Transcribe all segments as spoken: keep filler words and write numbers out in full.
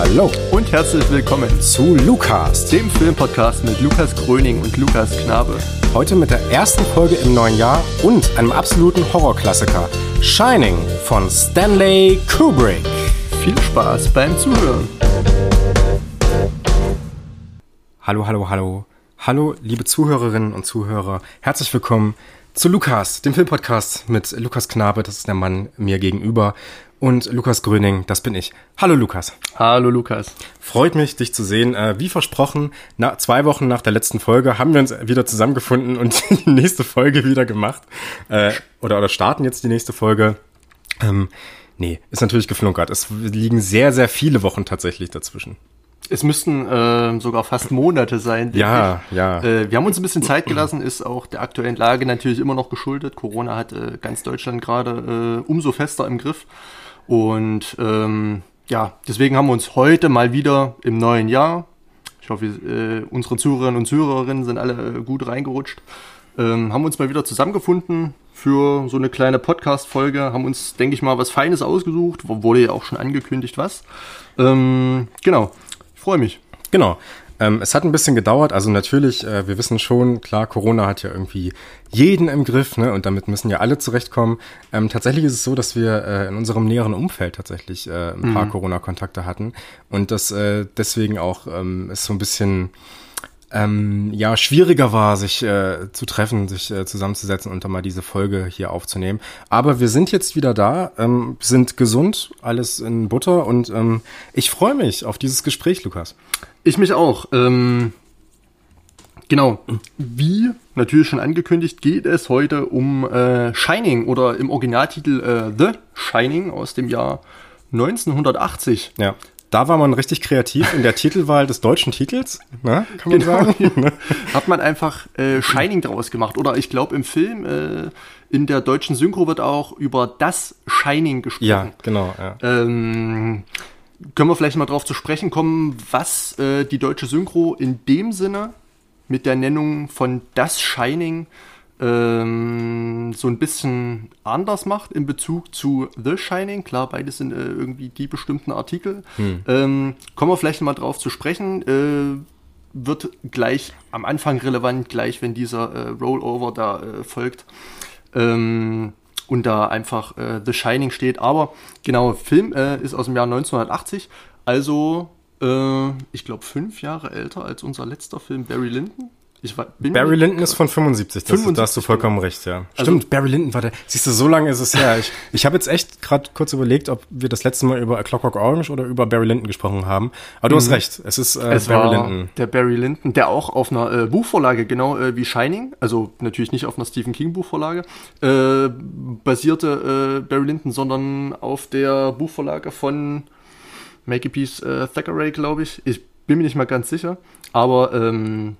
Hallo und herzlich willkommen zu Lukas, dem Filmpodcast mit Lukas Gröning und Lukas Knabe. Heute mit der ersten Folge im neuen Jahr und einem absoluten Horrorklassiker, Shining von Stanley Kubrick. Viel Spaß beim Zuhören. Hallo, hallo, hallo. Hallo, liebe Zuhörerinnen und Zuhörer. Herzlich willkommen zu Lukas, dem Filmpodcast mit Lukas Knabe, das ist der Mann mir gegenüber, und Lukas Gröning, das bin ich. Hallo Lukas. Hallo Lukas. Freut mich, dich zu sehen. Äh, wie versprochen, na, zwei Wochen nach der letzten Folge haben wir uns wieder zusammengefunden und die nächste Folge wieder gemacht. Äh, oder, oder starten jetzt die nächste Folge. Ähm, nee, ist natürlich geflunkert. Es liegen sehr, sehr viele Wochen tatsächlich dazwischen. Es müssten äh, sogar fast Monate sein. Ja, ich. ja. Äh, wir haben uns ein bisschen Zeit gelassen, ist auch der aktuellen Lage natürlich immer noch geschuldet. Corona hat äh, ganz Deutschland gerade äh, umso fester im Griff. Und ähm, ja, deswegen haben wir uns heute mal wieder im neuen Jahr, ich hoffe, äh, unsere Zuhörerinnen und Zuhörerinnen sind alle äh, gut reingerutscht, ähm, haben uns mal wieder zusammengefunden für so eine kleine Podcast-Folge, haben uns, denke ich mal, was Feines ausgesucht, wurde ja auch schon angekündigt, was. Ähm, genau. Ich freue mich. Genau. Ähm, es hat ein bisschen gedauert. Also natürlich, äh, wir wissen schon, klar, Corona hat ja irgendwie jeden im Griff, ne? Und damit müssen ja alle zurechtkommen. Ähm, tatsächlich ist es so, dass wir äh, in unserem näheren Umfeld tatsächlich äh, ein paar mhm. Corona-Kontakte hatten. Und das äh, deswegen auch ähm, ist so ein bisschen ähm, ja schwieriger war, sich äh, zu treffen, sich äh, zusammenzusetzen und dann mal diese Folge hier aufzunehmen. Aber wir sind jetzt wieder da, ähm, sind gesund, alles in Butter und ähm, ich freue mich auf dieses Gespräch, Lukas. Ich mich auch. Ähm, genau. Wie natürlich schon angekündigt, geht es heute um äh, Shining oder im Originaltitel äh, The Shining aus dem Jahr neunzehnhundertachtzig. Ja. Da war man richtig kreativ in der Titelwahl des deutschen Titels, ne, kann man genau. sagen. Hat man einfach äh, Shining draus gemacht. Oder ich glaube im Film, äh, in der deutschen Synchro wird auch über das Shining gesprochen. Ja, genau. Ja. Ähm, können wir vielleicht mal drauf zu sprechen kommen, was äh, die deutsche Synchro in dem Sinne mit der Nennung von das Shining ähm, so ein bisschen anders macht in Bezug zu The Shining. Klar, beides sind äh, irgendwie die bestimmten Artikel. Hm. Ähm, kommen wir vielleicht mal drauf zu sprechen. Äh, wird gleich am Anfang relevant, gleich wenn dieser äh, Rollover da äh, folgt. Ähm, und da einfach äh, The Shining steht. Aber genau, Film äh, ist aus dem Jahr neunzehnhundertachtzig. Also, äh, ich glaube, fünf Jahre älter als unser letzter Film Barry Lyndon. Ich war, bin Barry Lyndon ist von fünfundsiebzig, das, fünfundsiebzig, da hast du vollkommen recht, ja. Also, stimmt, Barry Lyndon war der, siehst du, so lange ist es her. Ich, ich habe jetzt echt gerade kurz überlegt, ob wir das letzte Mal über A Clockwork Orange oder über Barry Lyndon gesprochen haben. Aber du mhm. hast recht, es ist äh, es Barry war Lyndon. Der Barry Lyndon, der auch auf einer äh, Buchvorlage, genau äh, wie Shining, also natürlich nicht auf einer Stephen King Buchvorlage, äh, basierte äh, Barry Lyndon, sondern auf der Buchvorlage von Makepeace äh, Thackeray, glaube ich. Ich bin mir nicht mal ganz sicher, aber ähm,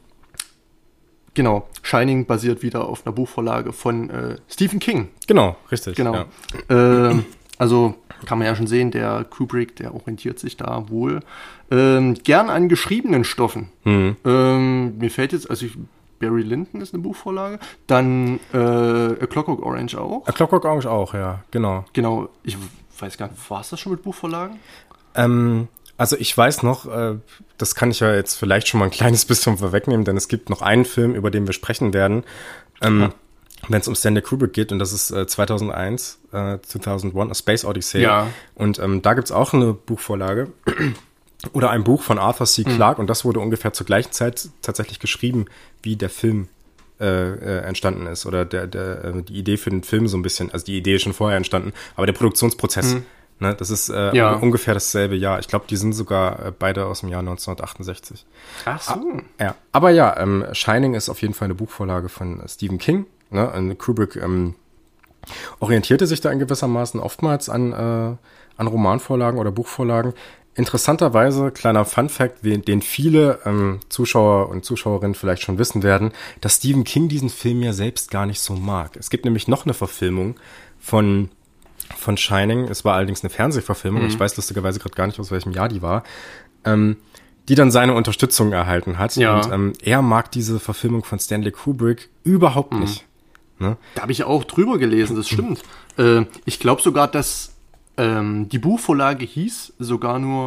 genau, Shining basiert wieder auf einer Buchvorlage von äh, Stephen King. Genau, richtig. Genau. Ja. Äh, also kann man ja schon sehen, der Kubrick, der orientiert sich da wohl ähm, gern an geschriebenen Stoffen. Mhm. Ähm, mir fällt jetzt, also ich, Barry Lyndon ist eine Buchvorlage, dann äh, A Clockwork Orange auch. A Clockwork Orange auch, ja, genau. Genau, ich weiß gar nicht, war es das schon mit Buchvorlagen? Ähm... Also ich weiß noch, das kann ich ja jetzt vielleicht schon mal ein kleines bisschen vorwegnehmen, denn es gibt noch einen Film, über den wir sprechen werden, ähm, ja. wenn es um Stanley Kubrick geht, und das ist äh, zweitausendeins, äh, zweitausendeins, A Space Odyssey. Ja. Und ähm, da gibt's auch eine Buchvorlage oder ein Buch von Arthur C. Clarke, mhm. und das wurde ungefähr zur gleichen Zeit tatsächlich geschrieben, wie der Film äh, äh, entstanden ist, oder der, der, äh, die Idee für den Film so ein bisschen, also die Idee ist schon vorher entstanden, aber der Produktionsprozess, mhm. Ne, das ist äh, ja. ungefähr dasselbe Jahr. Ich glaube, die sind sogar äh, beide aus dem Jahr neunzehnhundertachtundsechzig. Ach so. Ah, ja. Aber ja, ähm, Shining ist auf jeden Fall eine Buchvorlage von Stephen King. Ne? Und Kubrick ähm, orientierte sich da in gewissermaßen oftmals an, äh, an Romanvorlagen oder Buchvorlagen. Interessanterweise, kleiner Funfact, den viele ähm, Zuschauer und Zuschauerinnen vielleicht schon wissen werden, dass Stephen King diesen Film ja selbst gar nicht so mag. Es gibt nämlich noch eine Verfilmung von von Shining, es war allerdings eine Fernsehverfilmung, mhm. ich weiß lustigerweise gerade gar nicht, aus welchem Jahr die war, ähm, die dann seine Unterstützung erhalten hat. Ja. Und ähm, er mag diese Verfilmung von Stanley Kubrick überhaupt mhm. nicht. Ne? Da habe ich auch drüber gelesen, das stimmt. Mhm. Äh, ich glaube sogar, dass ähm, die Buchvorlage hieß sogar nur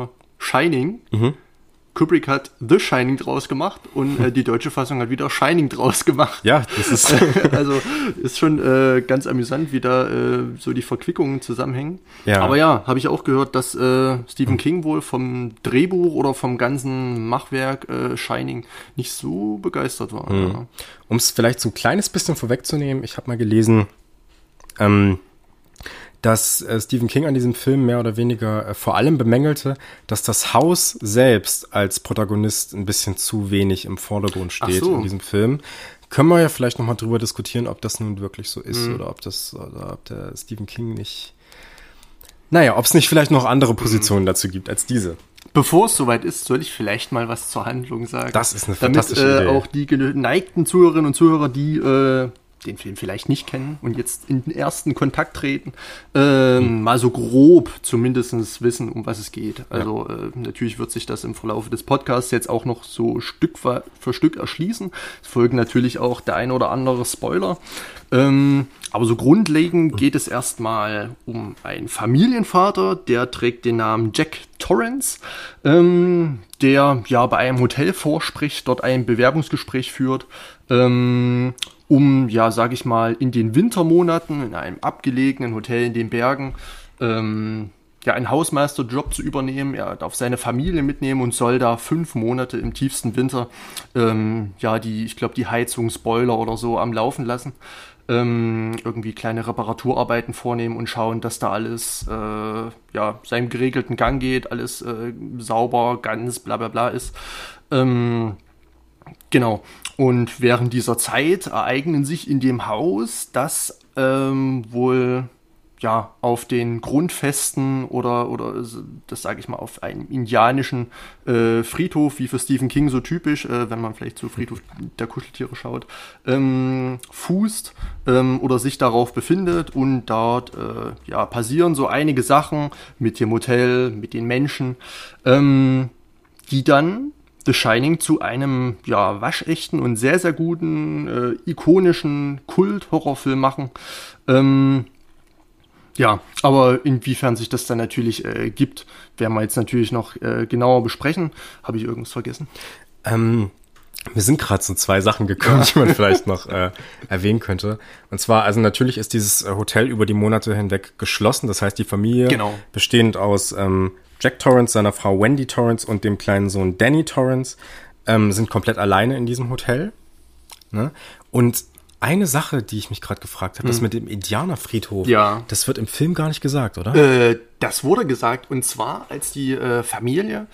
Shining. Mhm. Kubrick hat The Shining draus gemacht und äh, die deutsche Fassung hat wieder Shining draus gemacht. Ja, das ist also ist schon äh, ganz amüsant, wie da äh, so die Verquickungen zusammenhängen. Ja. Aber ja, habe ich auch gehört, dass äh, Stephen King wohl vom Drehbuch oder vom ganzen Machwerk äh, Shining nicht so begeistert war. Mhm. Ja. Um es vielleicht so ein kleines bisschen vorwegzunehmen, ich habe mal gelesen, ähm, dass äh, Stephen King an diesem Film mehr oder weniger äh, vor allem bemängelte, dass das Haus selbst als Protagonist ein bisschen zu wenig im Vordergrund steht Ach so. in diesem Film. Können wir ja vielleicht nochmal drüber diskutieren, ob das nun wirklich so ist mhm. oder ob das, oder ob der Stephen King nicht, naja, ob es nicht vielleicht noch andere Positionen mhm. dazu gibt als diese. Bevor es soweit ist, soll ich vielleicht mal was zur Handlung sagen. Das ist eine damit, fantastische äh, Idee. Auch die geneigten Zuhörerinnen und Zuhörer, die äh, den Film vielleicht nicht kennen und jetzt in den ersten Kontakt treten, äh, mhm. mal so grob zumindest wissen, um was es geht. Also ja. äh, natürlich wird sich das im Verlauf des Podcasts jetzt auch noch so Stück für, für Stück erschließen. Es folgen natürlich auch der ein oder andere Spoiler. Ähm, aber so grundlegend geht es erstmal um einen Familienvater, der trägt den Namen Jack Torrance, ähm, der ja bei einem Hotel vorspricht, dort ein Bewerbungsgespräch führt, ähm, um, ja, sag ich mal, in den Wintermonaten in einem abgelegenen Hotel in den Bergen ähm, ja, einen Hausmeisterjob zu übernehmen. Er darf seine Familie mitnehmen und soll da fünf Monate im tiefsten Winter ähm, ja, die, ich glaube, die Heizung, Spoiler oder so am Laufen lassen. Ähm, irgendwie kleine Reparaturarbeiten vornehmen und schauen, dass da alles äh, ja, seinem geregelten Gang geht, alles äh, sauber, ganz bla bla bla ist. Ähm, genau. Und während dieser Zeit ereignen sich in dem Haus, das ähm, wohl ja auf den Grundfesten oder, oder das sage ich mal, auf einem indianischen äh, Friedhof, wie für Stephen King so typisch, äh, wenn man vielleicht zu Friedhof der Kuscheltiere schaut, ähm, fußt ähm, oder sich darauf befindet. Und dort äh, ja, passieren so einige Sachen mit dem Hotel, mit den Menschen, ähm, die dann The Shining zu einem ja waschechten und sehr, sehr guten, äh, ikonischen Kult-Horrorfilm machen. Ähm, ja, aber inwiefern sich das dann natürlich äh, gibt, werden wir jetzt natürlich noch äh, genauer besprechen. Habe ich irgendwas vergessen? Ähm, mir sind gerade so zwei Sachen gekommen, die man vielleicht noch äh, erwähnen könnte. Und zwar, also natürlich ist dieses Hotel über die Monate hinweg geschlossen. Das heißt, die Familie, genau. bestehend aus ähm, Jack Torrance, seiner Frau Wendy Torrance und dem kleinen Sohn Danny Torrance, ähm, sind komplett alleine in diesem Hotel. Ne? Und eine Sache, die ich mich gerade gefragt habe, hm. das mit dem Indianerfriedhof, ja. das wird im Film gar nicht gesagt, oder? Äh, das wurde gesagt, und zwar, als die äh, Familie,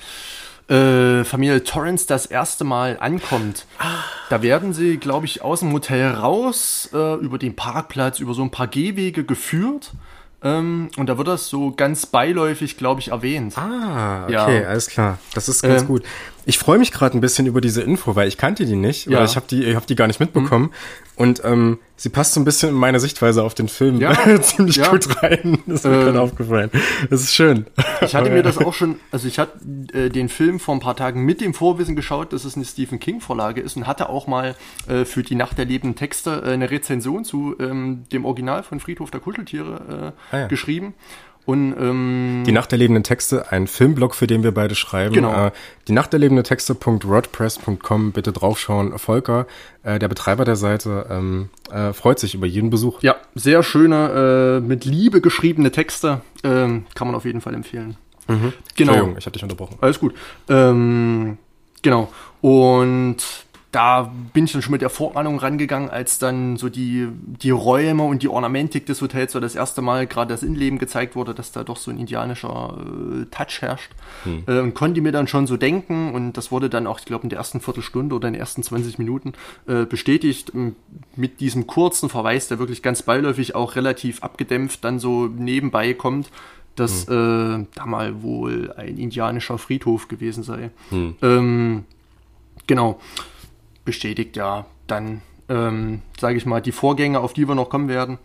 äh, Familie Torrance das erste Mal ankommt. Ah. Da werden sie, glaube ich, aus dem Hotel raus, äh, über den Parkplatz, über so ein paar Gehwege geführt. Ähm, und da wird das so ganz beiläufig, glaube ich, erwähnt. Ah, okay, ja. Alles klar. Das ist ganz äh, gut. Ich freue mich gerade ein bisschen über diese Info, weil ich kannte die nicht, ja. oder ich habe die, ich hab die gar nicht mitbekommen. Mhm. Und ähm, sie passt so ein bisschen in meine Sichtweise auf den Film ja. ziemlich ja. gut rein. Das ist mir ähm, gerade aufgefallen. Das ist schön. Ich hatte mir das auch schon, also ich hatte äh, den Film vor ein paar Tagen mit dem Vorwissen geschaut, dass es eine Stephen King-Vorlage ist, und hatte auch mal äh, für die Nacht der lebenden Texte äh, eine Rezension zu ähm, dem Original von Friedhof der Kuscheltiere äh, ah, ja. geschrieben. Und, ähm, die Nacht der lebenden Texte, ein Filmblog, für den wir beide schreiben. Genau. Äh, die Nacht der lebenden Texte Punkt wordpress Punkt com, bitte draufschauen. Volker, äh, der Betreiber der Seite, ähm, äh, freut sich über jeden Besuch. Ja, sehr schöne, äh, mit Liebe geschriebene Texte, ähm, kann man auf jeden Fall empfehlen. Mhm. Genau. Entschuldigung, ich hatte dich unterbrochen. Alles gut. Ähm, genau. Und da bin ich dann schon mit der Vorahnung rangegangen, als dann so die, die Räume und die Ornamentik des Hotels so das erste Mal gerade das Innenleben gezeigt wurde, dass da doch so ein indianischer äh, Touch herrscht. Hm. Äh, und konnte mir dann schon so denken, und das wurde dann auch, ich glaube, in der ersten Viertelstunde oder in den ersten zwanzig Minuten äh, bestätigt, m- mit diesem kurzen Verweis, der wirklich ganz beiläufig auch relativ abgedämpft dann so nebenbei kommt, dass hm. äh, da mal wohl ein indianischer Friedhof gewesen sei. Hm. Ähm, genau. Bestätigt ja dann, ähm, sage ich mal, die Vorgänge, auf die wir noch kommen werden.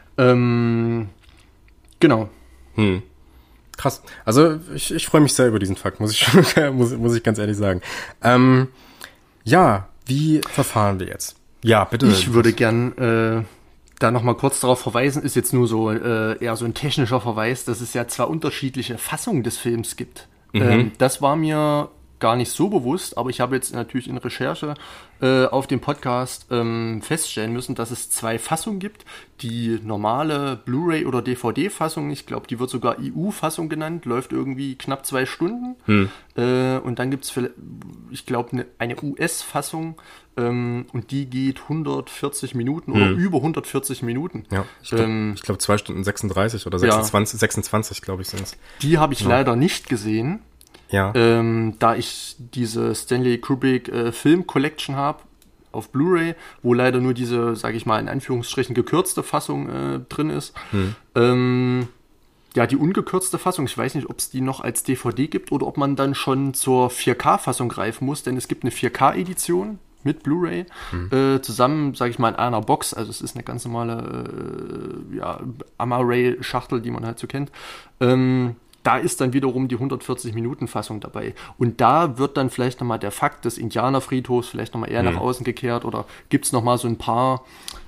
Ähm, genau. Hm. Krass. Also ich, ich freue mich sehr über diesen Fakt, muss ich, muss, muss ich ganz ehrlich sagen. Ähm, ja, wie verfahren wir jetzt? Ja, bitte. Ich würde gern äh, da nochmal kurz darauf verweisen, ist jetzt nur so äh, eher so ein technischer Verweis, dass es ja zwei unterschiedliche Fassungen des Films gibt. Mhm. Ähm, das war mir gar nicht so bewusst, aber ich habe jetzt natürlich in Recherche äh, auf dem Podcast ähm, feststellen müssen, dass es zwei Fassungen gibt. Die normale Blu-ray- oder D V D-Fassung, ich glaube, die wird sogar I U-Fassung genannt, läuft irgendwie knapp zwei Stunden. Hm. Äh, und dann gibt es, ich glaube, ne, eine U S-Fassung ähm, und die geht hundertvierzig Minuten hm. oder über hundertvierzig Minuten. Ja, ich glaube, ähm, glaub, zwei Stunden sechsunddreißig oder sechsundzwanzig, ja. sechsundzwanzig glaube ich, sind es. Die habe ich ja. leider nicht gesehen. Ja. Ähm, da ich diese Stanley Kubrick äh, Film Collection habe auf Blu-ray, wo leider nur diese, sage ich mal, in Anführungsstrichen gekürzte Fassung äh, drin ist. Hm. Ähm, ja, die ungekürzte Fassung, ich weiß nicht, ob es die noch als D V D gibt oder ob man dann schon zur vier K-Fassung greifen muss, denn es gibt eine vier K-Edition mit Blu-ray, hm. äh, zusammen, sage ich mal, in einer Box. Also es ist eine ganz normale äh, ja, Ama-Ray-Schachtel, die man halt so kennt. Ähm, Da ist dann wiederum die hundertvierzig-Minuten-Fassung dabei. Und da wird dann vielleicht nochmal der Fakt des Indianerfriedhofs vielleicht nochmal eher mhm. nach außen gekehrt oder gibt es nochmal so ein paar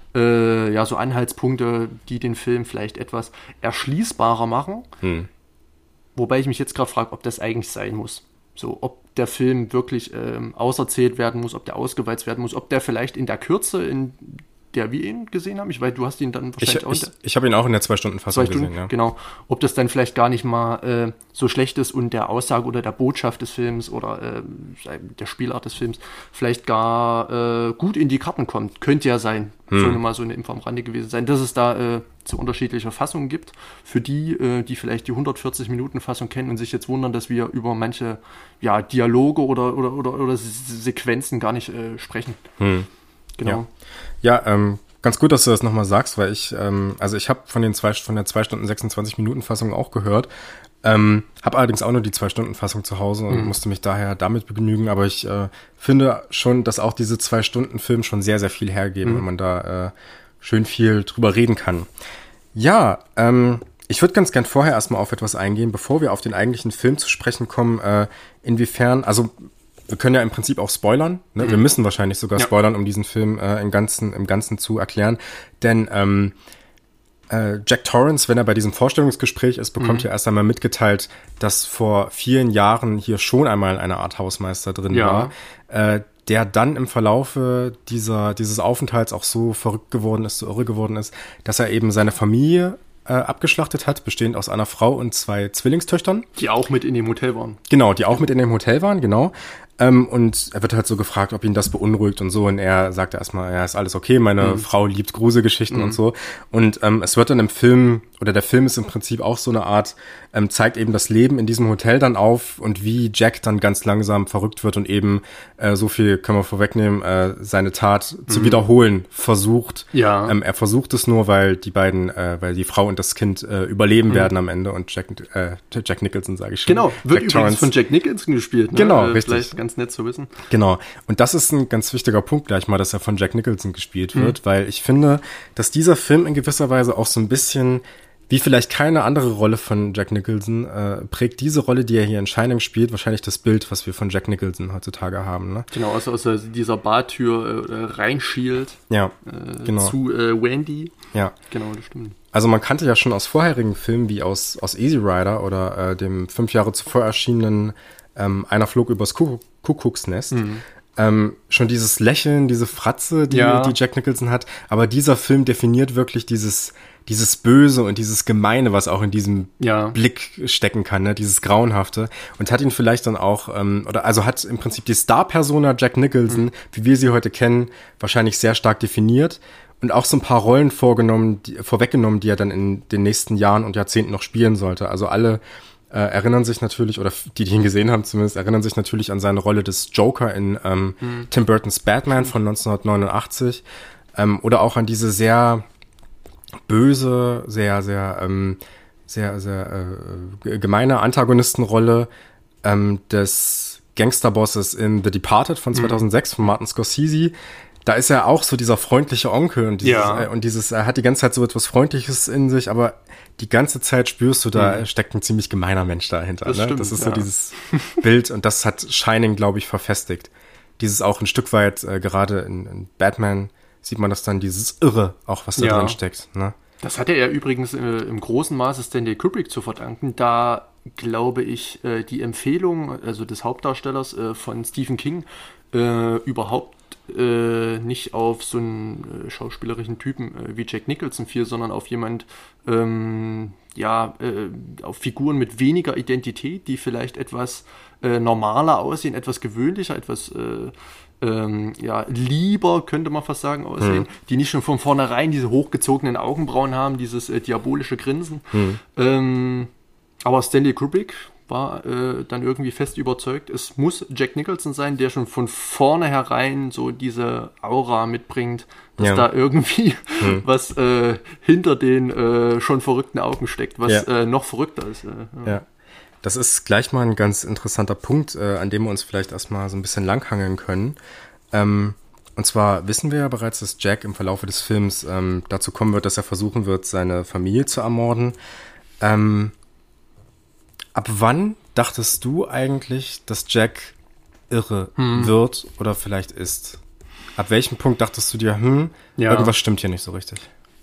äh, ja, so Anhaltspunkte, die den Film vielleicht etwas erschließbarer machen. Mhm. Wobei ich mich jetzt gerade frage, ob das eigentlich sein muss. So, ob der Film wirklich ähm, auserzählt werden muss, ob der ausgeweizt werden muss, ob der vielleicht in der Kürze, in der wir ihn gesehen haben. Ich weiß, du hast ihn dann wahrscheinlich ich, auch... Ich, ich habe ihn auch in der Zwei-Stunden-Fassung Stunden, gesehen, ja. Genau. Ob das dann vielleicht gar nicht mal äh, so schlecht ist und der Aussage oder der Botschaft des Films oder äh, der Spielart des Films vielleicht gar äh, gut in die Karten kommt. Könnte ja sein. Hm. Soll nur mal so eine Info am Rande gewesen sein, dass es da äh, so unterschiedliche Fassungen gibt. Für die, äh, die vielleicht die hundertvierzig-Minuten-Fassung kennen und sich jetzt wundern, dass wir über manche ja, Dialoge oder, oder, oder, oder Sequenzen gar nicht äh, sprechen. Hm. Genau. Ja, ja ähm, ganz gut, dass du das nochmal sagst, weil ich, ähm, also ich habe von den zwei, von der zwei Stunden sechsundzwanzig Minuten Fassung auch gehört, ähm, habe allerdings auch nur die zwei Stunden Fassung zu Hause und mhm. musste mich daher damit begnügen, aber ich äh, finde schon, dass auch diese zwei Stunden Film schon sehr, sehr viel hergeben, mhm. wenn man da äh, schön viel drüber reden kann. Ja, ähm, ich würde ganz gern vorher erstmal auf etwas eingehen, bevor wir auf den eigentlichen Film zu sprechen kommen, äh, inwiefern, also wir können ja im Prinzip auch spoilern, ne? Mhm. Wir müssen wahrscheinlich sogar ja. spoilern, um diesen Film äh, im Ganzen, im Ganzen zu erklären. Denn ähm, äh, Jack Torrance, wenn er bei diesem Vorstellungsgespräch ist, bekommt mhm. ja erst einmal mitgeteilt, dass vor vielen Jahren hier schon einmal eine Art Hausmeister drin ja. war, äh, der dann im Verlaufe dieser dieses Aufenthalts auch so verrückt geworden ist, so irre geworden ist, dass er eben seine Familie Äh, abgeschlachtet hat, bestehend aus einer Frau und zwei Zwillingstöchtern. Die auch mit in dem Hotel waren. Genau, die auch mit in dem Hotel waren, genau. Ähm, und er wird halt so gefragt, ob ihn das beunruhigt und so. Und er sagt erstmal, ja, ist alles okay, meine mhm. Frau liebt Gruselgeschichten mhm. und so. Und ähm, es wird dann im Film, oder der Film ist im Prinzip auch so eine Art, ähm, zeigt eben das Leben in diesem Hotel dann auf und wie Jack dann ganz langsam verrückt wird und eben, äh, so viel können wir vorwegnehmen, äh, seine Tat mhm. zu wiederholen versucht. Ja. Ähm, er versucht es nur, weil die beiden, äh, weil die Frau und das Kind äh, überleben mhm. werden am Ende und Jack, äh, Jack Nicholson, sage ich schon. Genau, wird Jack übrigens Torrance. Von Jack Nicholson gespielt. Ne? Genau, äh, richtig. Vielleicht ganz nett zu wissen. Genau. Und das ist ein ganz wichtiger Punkt gleich mal, dass er von Jack Nicholson gespielt wird, mhm. weil ich finde, dass dieser Film in gewisser Weise auch so ein bisschen, wie vielleicht keine andere Rolle von Jack Nicholson, äh, prägt diese Rolle, die er hier in Shining spielt, wahrscheinlich das Bild, was wir von Jack Nicholson heutzutage haben. Ne? Genau, aus, aus dieser Bartür äh, reinschielt ja, äh, genau. zu äh, Wendy. Ja. Genau, das stimmt. Also man kannte ja schon aus vorherigen Filmen wie aus, aus Easy Rider oder äh, dem fünf Jahre zuvor erschienenen ähm, Einer flog übers Kuckuck- Kuckucksnest, mhm. ähm, schon dieses Lächeln, diese Fratze, die, ja. die Jack Nicholson hat. Aber dieser Film definiert wirklich dieses, dieses Böse und dieses Gemeine, was auch in diesem ja. Blick stecken kann, ne? Dieses Grauenhafte. Und hat ihn vielleicht dann auch, ähm, oder also hat im Prinzip die Star-Persona Jack Nicholson, mhm. wie wir sie heute kennen, wahrscheinlich sehr stark definiert. Und auch so ein paar Rollen vorgenommen, die, vorweggenommen, die er dann in den nächsten Jahren und Jahrzehnten noch spielen sollte. Also alle äh, erinnern sich natürlich, oder die, die ihn gesehen haben zumindest, erinnern sich natürlich an seine Rolle des Joker in ähm, mhm. Tim Burtons Batman von neunzehnhundertneunundachtzig. Ähm, oder auch an diese sehr böse, sehr, sehr, ähm, sehr, sehr äh, gemeine Antagonistenrolle ähm, des Gangsterbosses in The Departed von zweitausendsechs mhm. von Martin Scorsese. Da ist er auch so dieser freundliche Onkel und dieses, ja. äh, und dieses, er hat die ganze Zeit so etwas Freundliches in sich, aber die ganze Zeit spürst du, da mhm. steckt ein ziemlich gemeiner Mensch dahinter. Das ne? stimmt, Das ist ja. so dieses Bild und das hat Shining, glaube ich, verfestigt. Dieses auch ein Stück weit, äh, gerade in, in Batman sieht man das dann, dieses Irre auch, was da ja. drin steckt. Ne? Das hatte er übrigens äh, im großen Maße Stanley Kubrick zu verdanken, da glaube ich, äh, die Empfehlung, also des Hauptdarstellers äh, von Stephen King, äh, überhaupt äh, nicht auf so einen äh, schauspielerischen Typen äh, wie Jack Nicholson fiel, sondern auf jemand, ähm, ja, äh, auf Figuren mit weniger Identität, die vielleicht etwas äh, normaler aussehen, etwas gewöhnlicher, etwas äh, ähm, ja, lieber, könnte man fast sagen, aussehen, hm. die nicht schon von vornherein diese hochgezogenen Augenbrauen haben, dieses äh, diabolische Grinsen. Hm. Ähm, aber Stanley Kubrick war äh, dann irgendwie fest überzeugt, es muss Jack Nicholson sein, der schon von vornherein so diese Aura mitbringt, dass ja. da irgendwie hm. was äh, hinter den äh, schon verrückten Augen steckt, was ja. äh, noch verrückter ist. Äh, ja. ja. Das ist gleich mal ein ganz interessanter Punkt, äh, an dem wir uns vielleicht erstmal so ein bisschen langhangeln können. Ähm, und zwar wissen wir ja bereits, dass Jack im Verlaufe des Films ähm, dazu kommen wird, dass er versuchen wird, seine Familie zu ermorden. Ähm, ab wann dachtest du eigentlich, dass Jack irre hm. wird oder vielleicht ist? Ab welchem Punkt dachtest du dir, hm, ja. irgendwas stimmt hier nicht so richtig?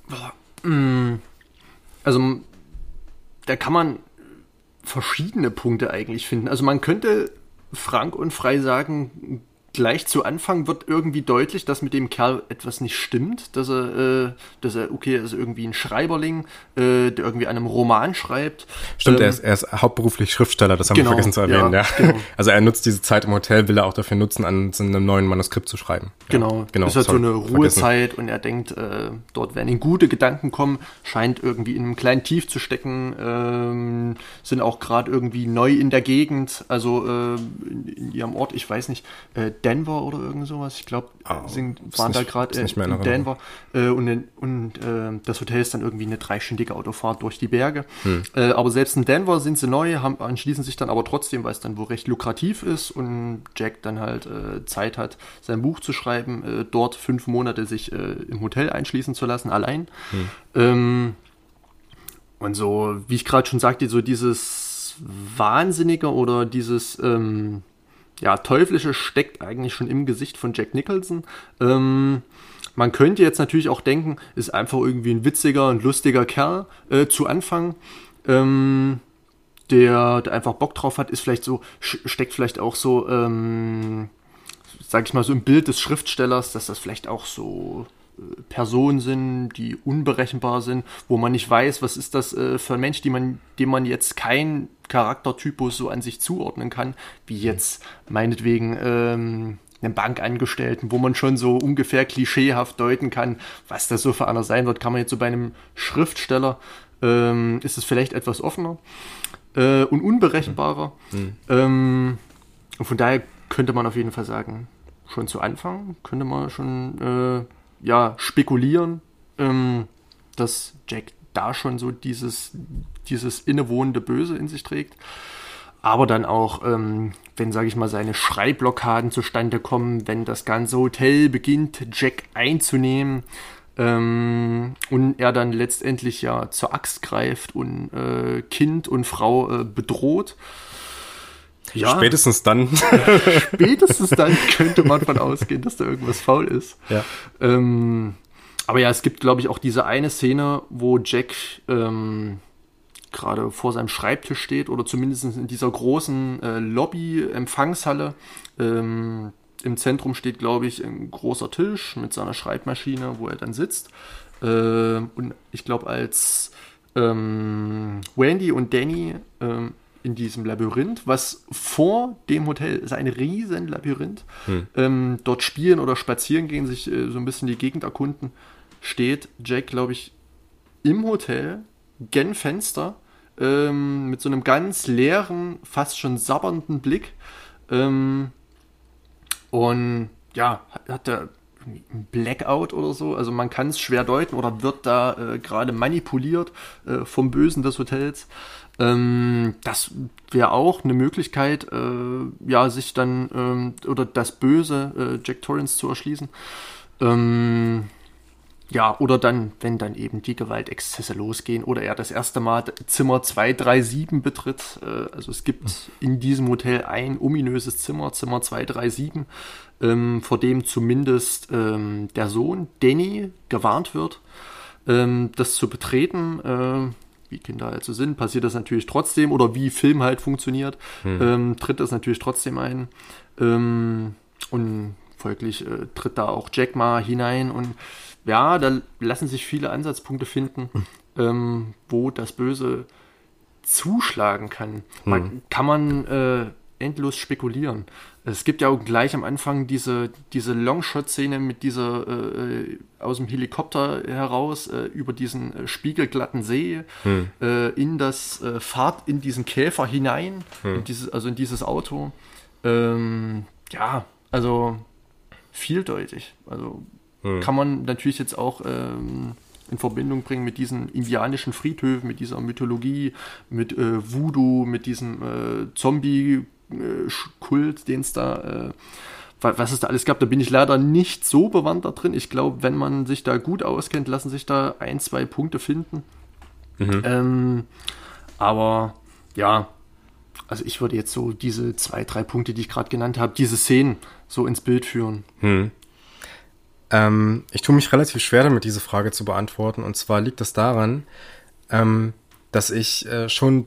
Also, da kann man verschiedene Punkte eigentlich finden. Also man könnte frank und frei sagen, gleich zu Anfang wird irgendwie deutlich, dass mit dem Kerl etwas nicht stimmt, dass er, äh, dass er, okay, er ist irgendwie ein Schreiberling, äh, der irgendwie an einem Roman schreibt. Stimmt, ähm, er, ist, er ist hauptberuflich Schriftsteller, das haben genau, wir vergessen zu erwähnen. Ja, ja. Genau. Also er nutzt diese Zeit im Hotel, will er auch dafür nutzen, an einem neuen Manuskript zu schreiben. Genau, ja, genau. Ist halt sorry, so eine Ruhezeit und er denkt, äh, dort werden ihm gute Gedanken kommen, scheint irgendwie in einem kleinen Tief zu stecken, ähm, sind auch gerade irgendwie neu in der Gegend, also äh, in, in ihrem Ort, ich weiß nicht, äh, Denver oder irgend sowas. Ich glaube, oh, waren da gerade äh, in, in Denver. Äh, und und äh, das Hotel ist dann irgendwie eine dreistündige Autofahrt durch die Berge. Hm. Äh, aber selbst in Denver sind sie neu, haben, anschließen sich dann aber trotzdem, weil es dann wohl recht lukrativ ist und Jack dann halt äh, Zeit hat, sein Buch zu schreiben, äh, dort fünf Monate sich äh, im Hotel einschließen zu lassen, allein. Hm. Ähm, und so, wie ich gerade schon sagte, so dieses Wahnsinnige oder dieses ähm, ja, Teuflische steckt eigentlich schon im Gesicht von Jack Nicholson. Ähm, man könnte jetzt natürlich auch denken, ist einfach irgendwie ein witziger und lustiger Kerl äh, zu Anfang, ähm, der, der einfach Bock drauf hat, ist vielleicht so, steckt vielleicht auch so, ähm, sag ich mal, so im Bild des Schriftstellers, dass das vielleicht auch so Personen sind, die unberechenbar sind, wo man nicht weiß, was ist das äh, für ein Mensch, die man, dem man jetzt kein Charaktertypus so an sich zuordnen kann, wie jetzt meinetwegen ähm, einen Bankangestellten, wo man schon so ungefähr klischeehaft deuten kann, was das so für einer sein wird. Kann man jetzt so bei einem Schriftsteller, ähm, ist es vielleicht etwas offener äh, und unberechenbarer. Mhm. Ähm, und von daher könnte man auf jeden Fall sagen, schon zu Anfang könnte man schon äh, ja, spekulieren, ähm, dass Jack da schon so dieses, dieses innewohnende Böse in sich trägt. Aber dann auch, ähm, wenn, sage ich mal, seine Schreibblockaden zustande kommen, wenn das ganze Hotel beginnt, Jack einzunehmen ähm, und er dann letztendlich ja zur Axt greift und äh, Kind und Frau äh, bedroht. Ja, spätestens dann. Spätestens dann könnte man von ausgehen, dass da irgendwas faul ist. Ja. Ähm, aber ja, es gibt, glaube ich, auch diese eine Szene, wo Jack ähm, gerade vor seinem Schreibtisch steht oder zumindest in dieser großen äh, Lobby-Empfangshalle. Ähm, im Zentrum steht, glaube ich, ein großer Tisch mit seiner Schreibmaschine, wo er dann sitzt. Äh, und ich glaube, als ähm, Wendy und Danny ähm, in diesem Labyrinth, was vor dem Hotel ist, ein riesen Labyrinth, hm. ähm, dort spielen oder spazieren gehen, sich äh, so ein bisschen die Gegend erkunden, steht Jack, glaube ich, im Hotel, gen Fenster, ähm, mit so einem ganz leeren, fast schon sabbernden Blick. Ähm, und ja, hat, hat er ein Blackout oder so, also man kann es schwer deuten oder wird da äh, gerade manipuliert äh, vom Bösen des Hotels. Ähm, das wäre auch eine Möglichkeit, äh, ja, sich dann ähm, oder das Böse äh, Jack Torrance zu erschließen. Ähm, ja, oder dann, wenn dann eben die Gewaltexzesse losgehen oder er das erste Mal Zimmer zwei drei sieben betritt. Äh, also es gibt in diesem Hotel ein ominöses Zimmer, Zimmer zwei drei sieben, ähm, vor dem zumindest ähm, der Sohn Danny gewarnt wird, ähm, das zu betreten. Äh, wie Kinder halt so sind, passiert das natürlich trotzdem, oder wie Film halt funktioniert, hm. ähm, tritt das natürlich trotzdem ein. Ähm, und folglich äh, tritt da auch Jack mal hinein, und ja, da lassen sich viele Ansatzpunkte finden, hm. ähm, wo das Böse zuschlagen kann. Man, hm. Kann man äh, endlos spekulieren. Es gibt ja auch gleich am Anfang diese, diese Longshot-Szene mit dieser äh, aus dem Helikopter heraus äh, über diesen äh, spiegelglatten See hm. äh, in das äh, Fahrt in diesen Käfer hinein, hm. in dieses, also in dieses Auto. Ähm, ja, also vieldeutig. Also hm. kann man natürlich jetzt auch ähm, in Verbindung bringen mit diesen indianischen Friedhöfen, mit dieser Mythologie, mit äh, Voodoo, mit diesem äh, Zombie- Kult, den es da, äh, was es da alles gab, da bin ich leider nicht so bewandert drin. Ich glaube, wenn man sich da gut auskennt, lassen sich da ein, zwei Punkte finden. Mhm. Ähm, aber ja, also ich würde jetzt so diese zwei, drei Punkte, die ich gerade genannt habe, diese Szenen so ins Bild führen. Hm. Ähm, ich tue mich relativ schwer damit, diese Frage zu beantworten. Und zwar liegt das daran, ähm, dass ich äh, schon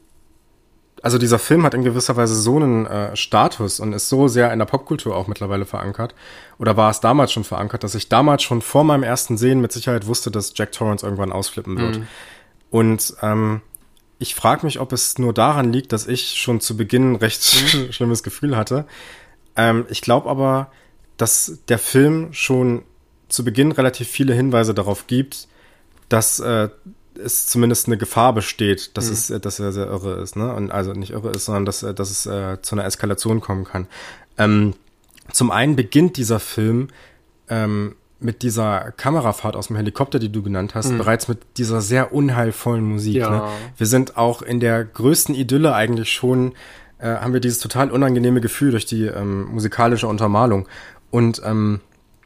Also dieser Film hat in gewisser Weise so einen äh, Status und ist so sehr in der Popkultur auch mittlerweile verankert. Oder war es damals schon verankert, dass ich damals schon vor meinem ersten Sehen mit Sicherheit wusste, dass Jack Torrance irgendwann ausflippen wird. Mhm. Und ähm, ich frage mich, ob es nur daran liegt, dass ich schon zu Beginn ein recht mhm. schlimmes Gefühl hatte. Ähm, ich glaube aber, dass der Film schon zu Beginn relativ viele Hinweise darauf gibt, dass äh, es zumindest eine Gefahr besteht, dass mhm. es, dass er sehr irre ist, ne? Und also nicht irre ist, sondern dass, dass es äh, zu einer Eskalation kommen kann. Ähm, zum einen beginnt dieser Film ähm, mit dieser Kamerafahrt aus dem Helikopter, die du genannt hast, mhm. bereits mit dieser sehr unheilvollen Musik. Ja. Ne? Wir sind auch in der größten Idylle eigentlich schon, äh, haben wir dieses total unangenehme Gefühl durch die ähm, musikalische Untermalung. Und ähm,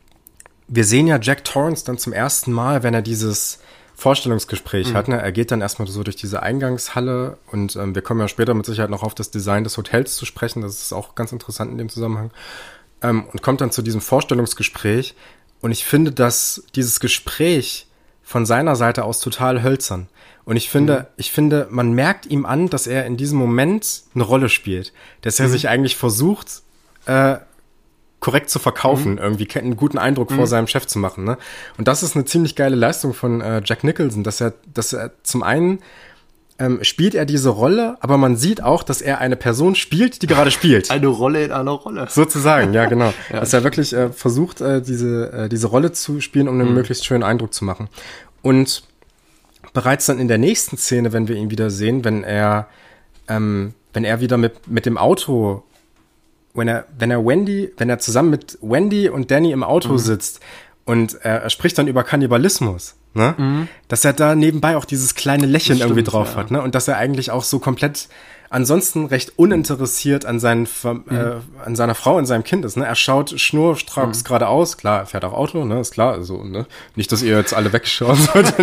wir sehen ja Jack Torrance dann zum ersten Mal, wenn er dieses Vorstellungsgespräch mhm. hat. Ne? Er geht dann erstmal so durch diese Eingangshalle und ähm, wir kommen ja später mit Sicherheit noch auf das Design des Hotels zu sprechen. Das ist auch ganz interessant in dem Zusammenhang. Ähm, und kommt dann zu diesem Vorstellungsgespräch. Und ich finde, dass dieses Gespräch von seiner Seite aus total hölzern. Und ich finde, mhm. ich finde, man merkt ihm an, dass er in diesem Moment eine Rolle spielt. Dass er mhm. sich eigentlich versucht, äh, korrekt zu verkaufen, mhm. irgendwie einen guten Eindruck mhm. vor seinem Chef zu machen. Ne? Und das ist eine ziemlich geile Leistung von äh, Jack Nicholson, dass er, dass er zum einen ähm, spielt er diese Rolle, aber man sieht auch, dass er eine Person spielt, die gerade spielt. Eine Rolle in einer Rolle. Sozusagen, ja, genau. ja, dass er wirklich äh, versucht, äh, diese, äh, diese Rolle zu spielen, um einen mhm. möglichst schönen Eindruck zu machen. Und bereits dann in der nächsten Szene, wenn wir ihn wieder sehen, wenn er, ähm, wenn er wieder mit, mit dem Auto Wenn er, wenn er Wendy, wenn er zusammen mit Wendy und Danny im Auto mhm. sitzt und er, er spricht dann über Kannibalismus, ne? Mhm. Dass er da nebenbei auch dieses kleine Lächeln stimmt, irgendwie drauf ja. hat, ne? Und dass er eigentlich auch so komplett ansonsten recht uninteressiert an seinen, mhm. äh, an seiner Frau und seinem Kind ist, ne? Er schaut schnurstracks mhm. geradeaus, klar, er fährt auch Auto, ne? Ist klar, also, ne? Nicht, dass ihr jetzt alle wegschauen sollt,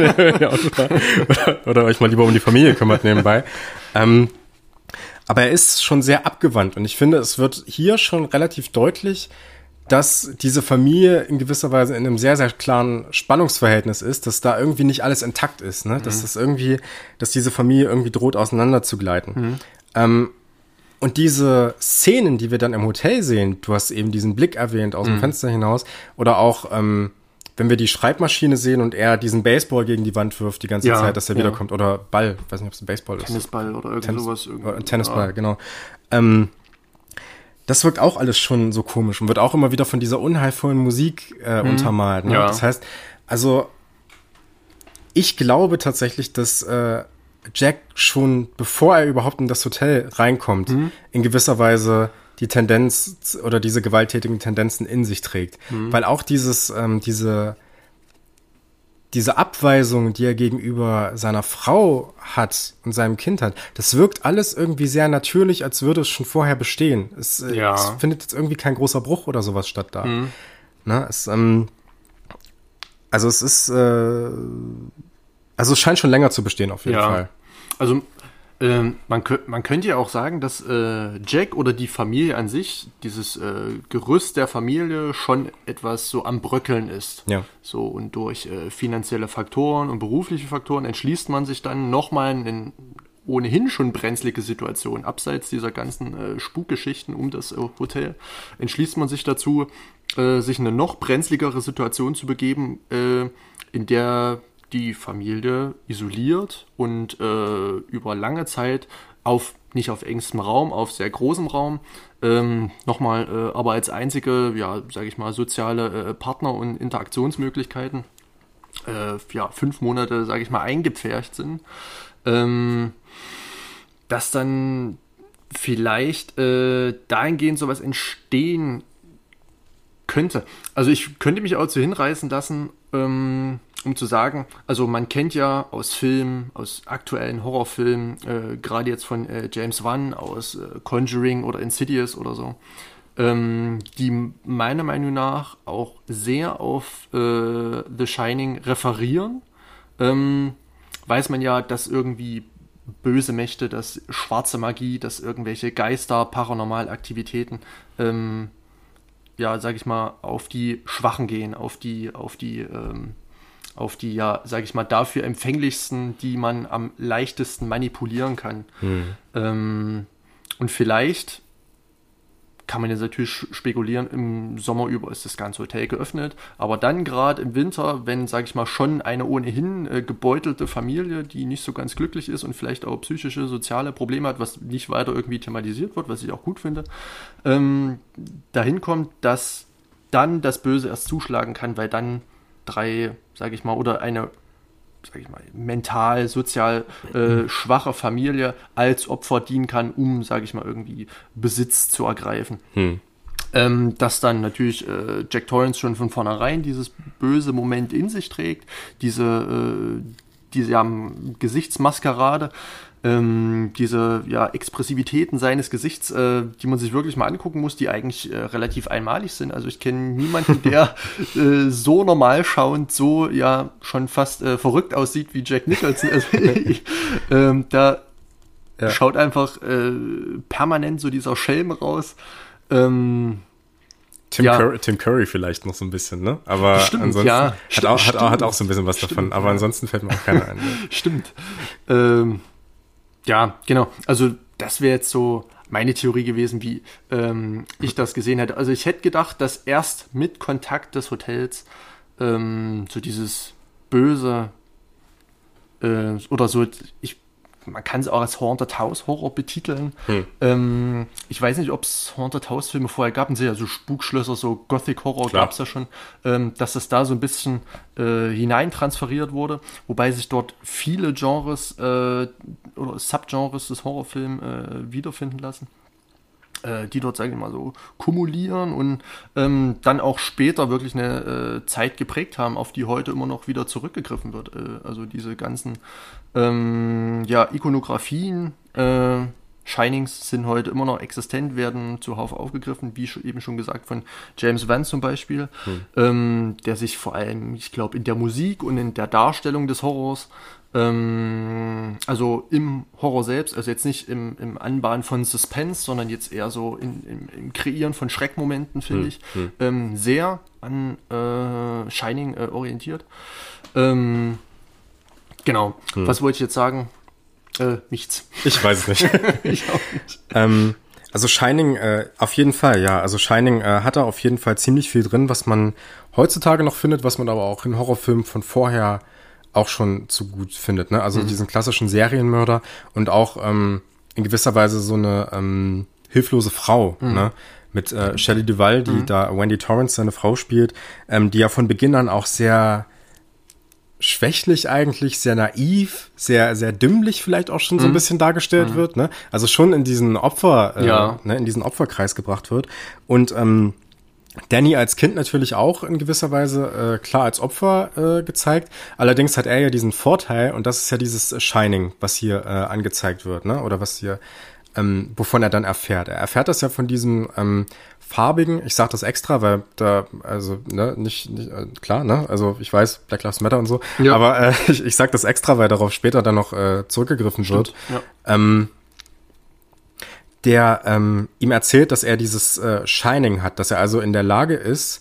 oder, oder euch mal lieber um die Familie kümmert nebenbei. Ähm, Aber er ist schon sehr abgewandt und ich finde, es wird hier schon relativ deutlich, dass diese Familie in gewisser Weise in einem sehr, sehr klaren Spannungsverhältnis ist, dass da irgendwie nicht alles intakt ist, ne? Mhm. Dass das irgendwie, dass diese Familie irgendwie droht, auseinanderzugleiten. Mhm. Ähm, und diese Szenen, die wir dann im Hotel sehen, du hast eben diesen Blick erwähnt aus dem mhm. Fenster hinaus, oder auch, ähm, wenn wir die Schreibmaschine sehen und er diesen Baseball gegen die Wand wirft die ganze ja, Zeit, dass er ja. wiederkommt. Oder Ball, ich weiß nicht, ob es ein Baseball ist. Tennisball oder irgend Tennis, sowas. Oder Tennisball, ja. genau. Ähm, das wirkt auch alles schon so komisch und wird auch immer wieder von dieser unheilvollen Musik äh, hm. untermalt. Ne? Ja. Das heißt, also ich glaube tatsächlich, dass äh, Jack schon, bevor er überhaupt in das Hotel reinkommt, hm. in gewisser Weise die Tendenz oder diese gewalttätigen Tendenzen in sich trägt. Mhm. Weil auch dieses, ähm, diese, diese Abweisung, die er gegenüber seiner Frau hat und seinem Kind hat, das wirkt alles irgendwie sehr natürlich, als würde es schon vorher bestehen. Es, äh, ja. es findet jetzt irgendwie kein großer Bruch oder sowas statt da. Mhm. Ne? Es, ähm, also es ist, äh, also es scheint schon länger zu bestehen auf jeden ja. Fall. Also Ähm, man, könnt, man könnte ja auch sagen, dass äh, Jack oder die Familie an sich, dieses äh, Gerüst der Familie schon etwas so am Bröckeln ist. Ja. So, und durch äh, finanzielle Faktoren und berufliche Faktoren entschließt man sich dann nochmal in ohnehin schon brenzlige Situation, abseits dieser ganzen äh, Spukgeschichten um das äh, Hotel, entschließt man sich dazu, äh, sich in eine noch brenzligere Situation zu begeben, äh, in der die Familie isoliert und äh, über lange Zeit auf, nicht auf engstem Raum, auf sehr großem Raum, ähm, nochmal, äh, aber als einzige, ja, sage ich mal, soziale äh, Partner und Interaktionsmöglichkeiten, äh, ja, fünf Monate, sage ich mal, eingepfercht sind, ähm, dass dann vielleicht äh, dahingehend sowas entstehen könnte. Also ich könnte mich auch so hinreißen lassen, ähm, um zu sagen, also man kennt ja aus Filmen, aus aktuellen Horrorfilmen, äh, gerade jetzt von äh, James Wan, aus äh, Conjuring oder Insidious oder so, ähm, die meiner Meinung nach auch sehr auf äh, The Shining referieren. Ähm, weiß man ja, dass irgendwie böse Mächte, dass schwarze Magie, dass irgendwelche Geister, Paranormalaktivitäten, ähm, ja, sag ich mal, auf die Schwachen gehen, auf die, auf die, ähm, auf die, ja, sag ich mal, dafür empfänglichsten, die man am leichtesten manipulieren kann. Hm. Ähm, und vielleicht kann man jetzt natürlich spekulieren, im Sommer über ist das ganze Hotel geöffnet, aber dann gerade im Winter, wenn, sage ich mal, schon eine ohnehin äh, gebeutelte Familie, die nicht so ganz glücklich ist und vielleicht auch psychische, soziale Probleme hat, was nicht weiter irgendwie thematisiert wird, was ich auch gut finde, ähm, dahin kommt, dass dann das Böse erst zuschlagen kann, weil dann drei, sage ich mal, oder eine sag ich mal, mental, sozial äh, schwache Familie als Opfer dienen kann, um, sage ich mal, irgendwie Besitz zu ergreifen. Hm. Ähm, dass dann natürlich äh, Jack Torrance schon von vornherein dieses böse Moment in sich trägt, diese, äh, diese ja, Gesichtsmaskerade, ähm, diese ja, Expressivitäten seines Gesichts, äh, die man sich wirklich mal angucken muss, die eigentlich äh, relativ einmalig sind. Also ich kenne niemanden, der äh, so normal schauend, so ja schon fast äh, verrückt aussieht wie Jack Nicholson. Also, ähm, da ja. schaut einfach äh, permanent so dieser Schelm raus. Ähm, Tim, ja. Curry, Tim Curry vielleicht noch so ein bisschen, ne? Aber stimmt, ansonsten ja. hat, stimmt, auch, stimmt, hat, auch, hat auch so ein bisschen was stimmt, davon. Aber ja. ansonsten fällt mir auch keiner ein. Ne? Stimmt. Ähm, ja, genau. Also das wäre jetzt so meine Theorie gewesen, wie ähm, ich das gesehen hätte. Also ich hätte gedacht, dass erst mit Kontakt des Hotels ähm, so dieses böse äh, oder so, ich man kann es auch als Haunted House Horror betiteln. Hm. Ähm, ich weiß nicht, ob es Haunted House Filme vorher gab. Es sind ja so Spukschlösser, so Gothic Horror gab es ja schon, ähm, dass das da so ein bisschen äh, hineintransferiert wurde, wobei sich dort viele Genres äh, oder Subgenres des Horrorfilms äh, wiederfinden lassen, äh, die dort, sage ich mal, so kumulieren und ähm, dann auch später wirklich eine äh, Zeit geprägt haben, auf die heute immer noch wieder zurückgegriffen wird. Äh, also diese ganzen ähm, ja, Ikonografien, äh, Shinings sind heute immer noch existent, werden zuhauf aufgegriffen, wie eben schon gesagt von James Wan zum Beispiel, hm. ähm, der sich vor allem, ich glaube, in der Musik und in der Darstellung des Horrors, ähm, also im Horror selbst, also jetzt nicht im, im Anbahnen von Suspense, sondern jetzt eher so in, im, im Kreieren von Schreckmomenten, finde hm. ich, hm. Ähm, sehr an äh, Shining äh, orientiert. Ähm, genau, hm. was wollte ich jetzt sagen? Äh, nichts. Ich weiß es nicht. Ich auch nicht. ähm, also Shining, äh, auf jeden Fall, ja. Also Shining äh, hat da auf jeden Fall ziemlich viel drin, was man heutzutage noch findet, was man aber auch in Horrorfilmen von vorher auch schon zu gut findet. Ne? Also mhm. diesen klassischen Serienmörder und auch ähm, in gewisser Weise so eine ähm, hilflose Frau, mhm. ne? Mit äh, Shelley Duvall, die mhm. da Wendy Torrance, seine Frau, spielt, ähm, die ja von Beginn an auch sehr schwächlich eigentlich, sehr naiv, sehr sehr dümmlich vielleicht auch schon so ein bisschen dargestellt mhm. wird, ne? Also schon in diesen Opfer, äh, ja. ne, in diesen Opferkreis gebracht wird. Und ähm, Danny als Kind natürlich auch in gewisser Weise äh, klar als Opfer äh, gezeigt. Allerdings hat er ja diesen Vorteil, und das ist ja dieses Shining, was hier äh, angezeigt wird, ne? Oder was hier ähm, wovon er dann erfährt. Er erfährt das ja von diesem ähm, farbigen, ich sage das extra, weil da, also, ne, nicht, nicht äh, klar, ne, also ich weiß, Black Lives Matter und so, ja. aber äh, ich, ich sage das extra, weil darauf später dann noch äh, zurückgegriffen Stimmt, wird. Ja. Ähm, der ähm, ihm erzählt, dass er dieses äh, Shining hat, dass er also in der Lage ist,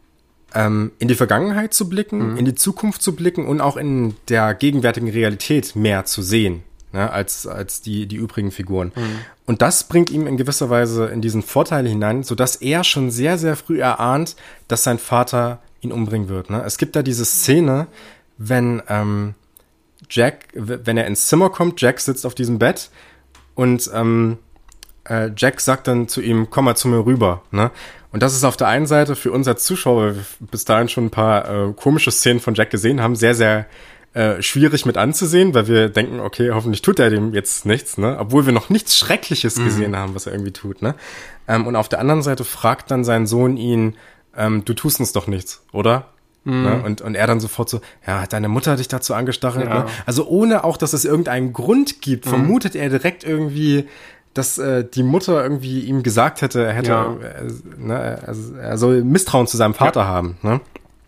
ähm, in die Vergangenheit zu blicken, mhm. in die Zukunft zu blicken und auch in der gegenwärtigen Realität mehr zu sehen, ne, als, als die, die übrigen Figuren. Mhm. Und das bringt ihm in gewisser Weise in diesen Vorteil hinein, sodass er schon sehr, sehr früh erahnt, dass sein Vater ihn umbringen wird. Ne? Es gibt da diese Szene, wenn ähm, Jack, wenn er ins Zimmer kommt, Jack sitzt auf diesem Bett und ähm, äh, Jack sagt dann zu ihm, komm mal zu mir rüber. Ne? Und das ist auf der einen Seite für uns als Zuschauer, weil wir bis dahin schon ein paar äh, komische Szenen von Jack gesehen haben, sehr, sehr Äh, schwierig mit anzusehen, weil wir denken, okay, hoffentlich tut er dem jetzt nichts, ne? Obwohl wir noch nichts Schreckliches mhm. gesehen haben, was er irgendwie tut, ne? Ähm, und auf der anderen Seite fragt dann sein Sohn ihn, ähm, du tust uns doch nichts, oder? Mhm. Ne? Und, und er dann sofort so, ja, hat deine Mutter dich dazu angestachelt? Ja. Ne? Also ohne auch, dass es irgendeinen Grund gibt, mhm. vermutet er direkt irgendwie, dass äh, die Mutter irgendwie ihm gesagt hätte, er hätte, ja. äh, ne, also er soll Misstrauen zu seinem Vater ja. haben, ne?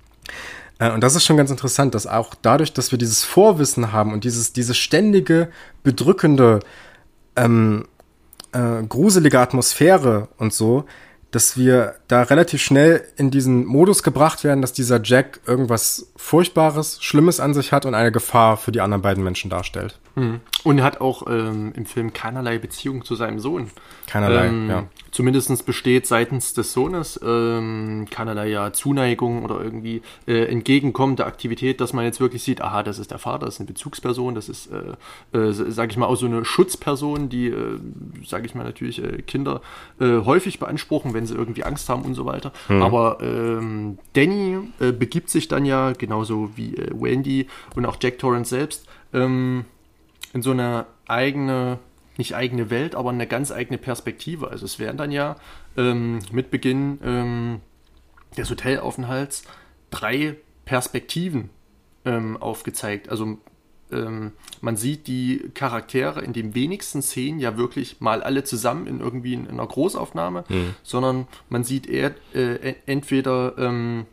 Und das ist schon ganz interessant, dass auch dadurch, dass wir dieses Vorwissen haben und dieses, diese ständige, bedrückende, ähm, äh, gruselige Atmosphäre und so, dass wir da relativ schnell in diesen Modus gebracht werden, dass dieser Jack irgendwas Furchtbares, Schlimmes an sich hat und eine Gefahr für die anderen beiden Menschen darstellt. Mhm. Und er hat auch ähm, im Film keinerlei Beziehung zu seinem Sohn. Keinerlei, ähm, ja. Zumindest besteht seitens des Sohnes ähm, keinerlei ja, Zuneigung oder irgendwie äh, entgegenkommende Aktivität, dass man jetzt wirklich sieht, aha, das ist der Vater, das ist eine Bezugsperson, das ist, äh, äh, sage ich mal, auch so eine Schutzperson, die, äh, sage ich mal, natürlich äh, Kinder äh, häufig beanspruchen, wenn sie irgendwie Angst haben und so weiter. Mhm. Aber ähm, Danny äh, begibt sich dann ja, genauso wie äh, Wendy und auch Jack Torrance selbst, ähm, in so eine eigene, nicht eigene Welt, aber eine ganz eigene Perspektive. Also es werden dann ja ähm, mit Beginn ähm, des Hotelaufenthalts drei Perspektiven ähm, aufgezeigt. Also ähm, man sieht die Charaktere in den wenigsten Szenen ja wirklich mal alle zusammen in irgendwie in, in einer Großaufnahme, mhm. sondern man sieht eher äh, entweder ähm,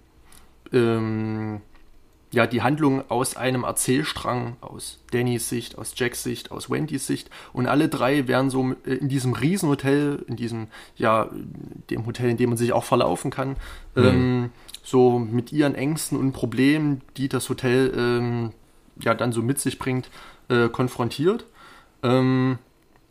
ähm, ja, die Handlung aus einem Erzählstrang, aus Dannys Sicht, aus Jacks Sicht, aus Wendys Sicht, und alle drei werden so in diesem Riesenhotel, in diesem, ja, dem Hotel, in dem man sich auch verlaufen kann, mhm. ähm, so mit ihren Ängsten und Problemen, die das Hotel ähm, ja dann so mit sich bringt, äh, konfrontiert. Ähm,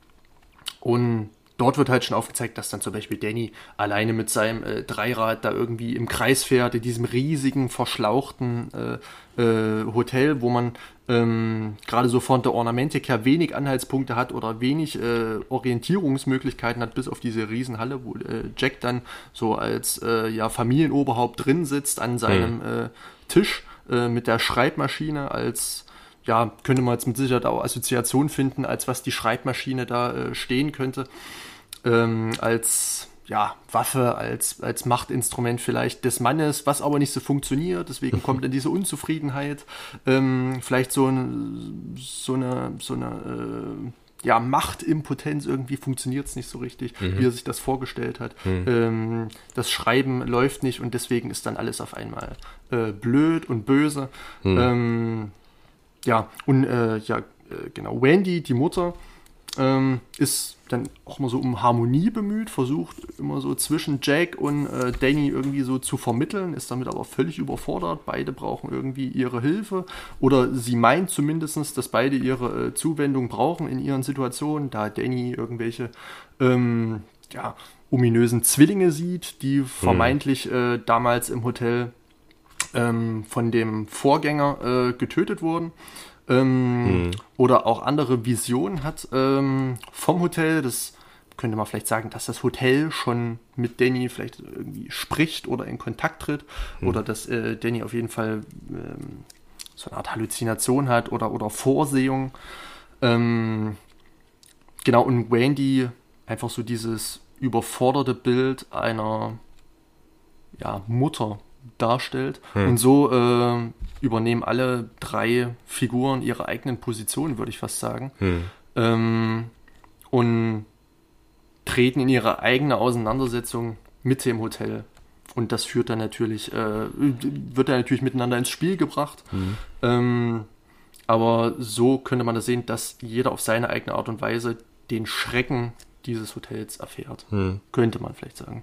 und dort wird halt schon aufgezeigt, dass dann zum Beispiel Danny alleine mit seinem äh, Dreirad da irgendwie im Kreis fährt, in diesem riesigen, verschlauchten äh, äh, Hotel, wo man ähm, gerade so von der Ornamentik her wenig Anhaltspunkte hat oder wenig äh, Orientierungsmöglichkeiten hat, bis auf diese Riesenhalle, wo äh, Jack dann so als äh, ja, Familienoberhaupt drin sitzt an seinem mhm. äh, Tisch äh, mit der Schreibmaschine als, ja, könnte man jetzt mit Sicherheit auch Assoziation finden, als was die Schreibmaschine da äh, stehen könnte. Ähm, als ja, Waffe, als, als Machtinstrument vielleicht des Mannes, was aber nicht so funktioniert, deswegen kommt dann diese Unzufriedenheit, ähm, vielleicht so, ein, so eine, so eine äh, ja, Machtimpotenz, irgendwie funktioniert es nicht so richtig, mhm. wie er sich das vorgestellt hat. Mhm. Ähm, das Schreiben läuft nicht und deswegen ist dann alles auf einmal äh, blöd und böse. Mhm. Ähm, ja, und äh, ja, äh, genau, Wendy, die Mutter, ähm, ist dann auch mal so um Harmonie bemüht, versucht immer so zwischen Jack und äh, Danny irgendwie so zu vermitteln, ist damit aber völlig überfordert. Beide brauchen irgendwie ihre Hilfe oder sie meint zumindest, dass beide ihre äh, Zuwendung brauchen in ihren Situationen, da Danny irgendwelche ähm, ja, ominösen Zwillinge sieht, die vermeintlich äh, damals im Hotel ähm, von dem Vorgänger äh, getötet wurden. Ähm, hm. Oder auch andere Visionen hat ähm, vom Hotel. Das könnte man vielleicht sagen, dass das Hotel schon mit Danny vielleicht irgendwie spricht oder in Kontakt tritt. Hm. Oder dass äh, Danny auf jeden Fall ähm, so eine Art Halluzination hat oder, oder Vorsehung. Ähm, genau, und Wendy einfach so dieses überforderte Bild einer ja, Mutter darstellt. Hm. Und so äh, übernehmen alle drei Figuren ihre eigenen Positionen, würde ich fast sagen. Hm. Ähm, und treten in ihre eigene Auseinandersetzung mit dem Hotel. Und das führt dann natürlich, äh, wird dann natürlich miteinander ins Spiel gebracht. Mhm. Ähm, aber so könnte man das sehen, dass jeder auf seine eigene Art und Weise den Schrecken dieses Hotels erfährt. Mhm. Könnte man vielleicht sagen.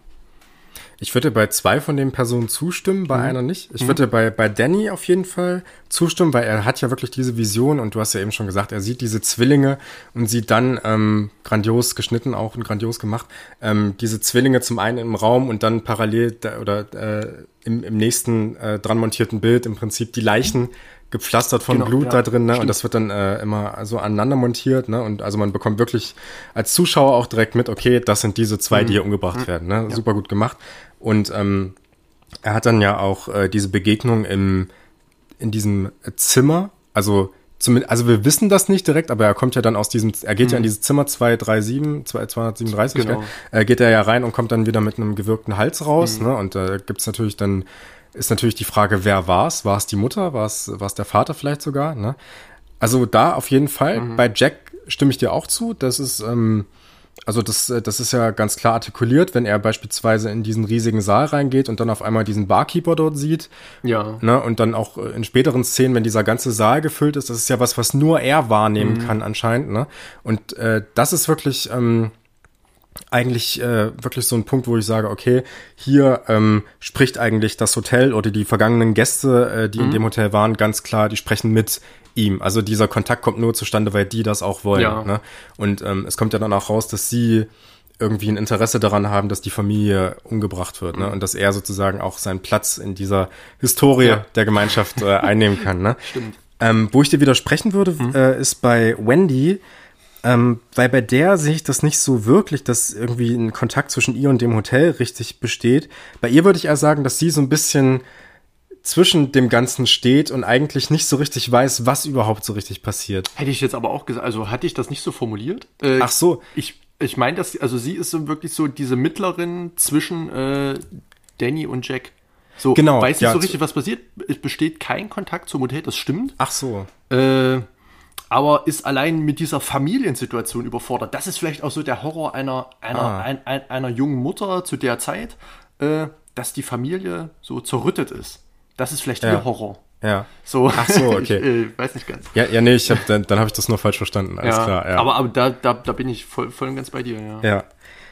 Ich würde bei zwei von den Personen zustimmen, bei mhm. einer nicht. Ich mhm. würde bei, bei Danny auf jeden Fall zustimmen, weil er hat ja wirklich diese Vision und du hast ja eben schon gesagt, er sieht diese Zwillinge und sieht dann, ähm, grandios geschnitten auch und grandios gemacht, ähm, diese Zwillinge zum einen im Raum und dann parallel da, oder äh, im, im nächsten äh, dran montierten Bild im Prinzip die Leichen gepflastert von genau, Blut ja, da drin, ne? Und das wird dann äh, immer so aneinander montiert, ne? Und also man bekommt wirklich als Zuschauer auch direkt mit, okay, das sind diese zwei, mhm. die hier umgebracht mhm. werden, ne? Ja. Super gut gemacht. Und ähm, er hat dann ja auch äh, diese Begegnung im in diesem Zimmer, also zumindest, also wir wissen das nicht direkt, aber er kommt ja dann aus diesem, er geht mhm. ja in dieses Zimmer zwei drei sieben, zweihundertsiebenunddreißig, genau. äh, geht er ja rein und kommt dann wieder mit einem gewürgten Hals raus, mhm. ne? Und da äh, gibt's natürlich dann ist natürlich die Frage, wer war's? War es die Mutter? War es war's der Vater vielleicht sogar? Ne? Also da auf jeden Fall. Mhm. Bei Jack stimme ich dir auch zu. Das ist ähm, also das das ist ja ganz klar artikuliert, wenn er beispielsweise in diesen riesigen Saal reingeht und dann auf einmal diesen Barkeeper dort sieht. Ja. Ne? Und dann auch in späteren Szenen, wenn dieser ganze Saal gefüllt ist, das ist ja was, was nur er wahrnehmen mhm. kann anscheinend. Ne? Und äh, das ist wirklich ähm, eigentlich äh, wirklich so ein Punkt, wo ich sage, okay, hier ähm, spricht eigentlich das Hotel oder die vergangenen Gäste, äh, die mhm. in dem Hotel waren, ganz klar, die sprechen mit ihm. Also dieser Kontakt kommt nur zustande, weil die das auch wollen. Ja. Ne? Und ähm, es kommt ja dann auch raus, dass sie irgendwie ein Interesse daran haben, dass die Familie umgebracht wird. Mhm. Ne? Und dass er sozusagen auch seinen Platz in dieser Historie ja. der Gemeinschaft äh, einnehmen kann. Ne? Stimmt. Ähm, wo ich dir widersprechen würde, mhm. äh, ist bei Wendy, Ähm, weil bei der sehe ich das nicht so wirklich, dass irgendwie ein Kontakt zwischen ihr und dem Hotel richtig besteht. Bei ihr würde ich eher sagen, dass sie so ein bisschen zwischen dem Ganzen steht und eigentlich nicht so richtig weiß, was überhaupt so richtig passiert. Hätte ich jetzt aber auch gesagt, also hatte ich das nicht so formuliert? Äh, Ach so. Ich, ich meine, dass also sie ist so wirklich so diese Mittlerin zwischen äh, Danny und Jack. So, genau, weiß nicht ja, so richtig, was passiert. Es besteht kein Kontakt zum Hotel, das stimmt. Ach so. Äh, aber ist allein mit dieser Familiensituation überfordert. Das ist vielleicht auch so der Horror einer, einer, ah. ein, ein, einer jungen Mutter zu der Zeit, äh, dass die Familie so zerrüttet ist. Das ist vielleicht ja. ihr Horror. Ja. So. Ach so, okay. ich äh, weiß nicht ganz. Ja, ja nee, ich hab, dann, dann habe ich das nur falsch verstanden. Alles ja, klar. Ja. Aber, aber da, da, da bin ich voll, voll und ganz bei dir. Ja. Ja.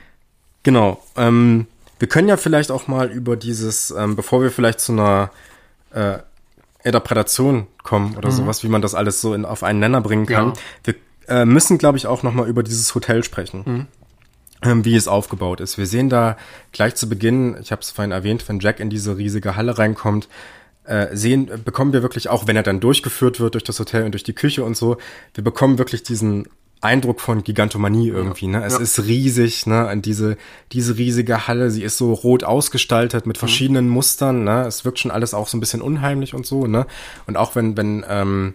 Genau. Ähm, wir können ja vielleicht auch mal über dieses, ähm, bevor wir vielleicht zu einer äh, Interpretation kommen oder mhm. sowas, wie man das alles so in, auf einen Nenner bringen kann. Ja. Wir äh, müssen, glaube ich, auch noch mal über dieses Hotel sprechen, mhm. ähm, wie es aufgebaut ist. Wir sehen da gleich zu Beginn, ich habe es vorhin erwähnt, wenn Jack in diese riesige Halle reinkommt, äh, sehen, bekommen wir wirklich, auch wenn er dann durchgeführt wird durch das Hotel und durch die Küche und so, wir bekommen wirklich diesen Eindruck von Gigantomanie irgendwie, ne? Es ja. ist riesig, ne? Und diese, diese riesige Halle, sie ist so rot ausgestaltet mit verschiedenen mhm. Mustern, ne? Es wirkt schon alles auch so ein bisschen unheimlich und so, ne? Und auch wenn, wenn, ähm,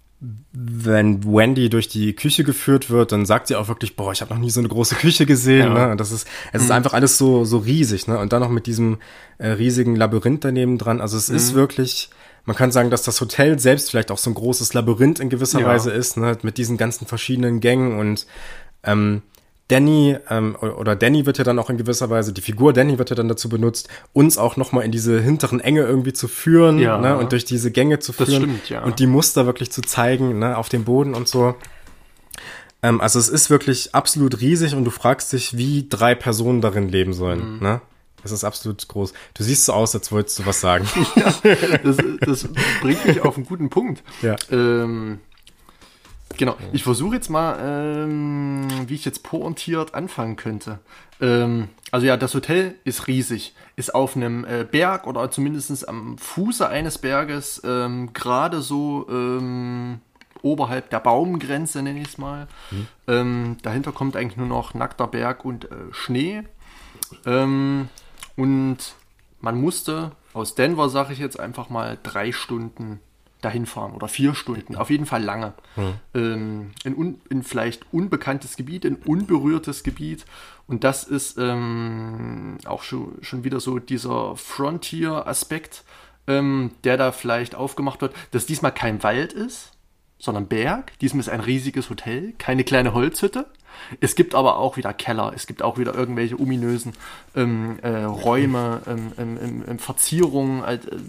wenn Wendy durch die Küche geführt wird, dann sagt sie auch wirklich, boah, ich habe noch nie so eine große Küche gesehen, ja. ne? Und das ist, es mhm. ist einfach alles so, so riesig, ne? Und dann noch mit diesem äh, riesigen Labyrinth daneben dran. Also es mhm. ist wirklich, man kann sagen, dass das Hotel selbst vielleicht auch so ein großes Labyrinth in gewisser ja. Weise ist, ne, mit diesen ganzen verschiedenen Gängen und ähm, Danny ähm, oder Danny wird ja dann auch in gewisser Weise, die Figur Danny wird ja dann dazu benutzt, uns auch nochmal in diese hinteren Enge irgendwie zu führen, ja. ne, und durch diese Gänge zu führen das stimmt, ja. und die Muster wirklich zu zeigen, ne, auf dem Boden und so. Ähm, also es ist wirklich absolut riesig und du fragst dich, wie drei Personen darin leben sollen, mhm. ne? Es ist absolut groß. Du siehst so aus, als wolltest du was sagen. Ja, das, das bringt mich auf einen guten Punkt. Ja. Ähm, genau. Ich versuche jetzt mal, ähm, wie ich jetzt pointiert anfangen könnte. Ähm, also ja, das Hotel ist riesig. Ist auf einem äh, Berg oder zumindest am Fuße eines Berges ähm, gerade so ähm, oberhalb der Baumgrenze, nenne ich es mal. Mhm. Ähm, dahinter kommt eigentlich nur noch nackter Berg und äh, Schnee. Ähm, Und man musste aus Denver, sage ich jetzt einfach mal, drei Stunden dahin fahren oder vier Stunden, auf jeden Fall lange. Mhm. Ähm, in, un, in vielleicht unbekanntes Gebiet, in unberührtes Gebiet. Und das ist ähm, auch schon, schon wieder so dieser Frontier-Aspekt, ähm, der da vielleicht aufgemacht wird, dass diesmal kein Wald ist, sondern Berg. Diesmal ist ein riesiges Hotel, keine kleine Holzhütte. Es gibt aber auch wieder Keller, es gibt auch wieder irgendwelche ominösen ähm, äh, Räume, ähm, ähm, ähm, Verzierungen, äh, äh,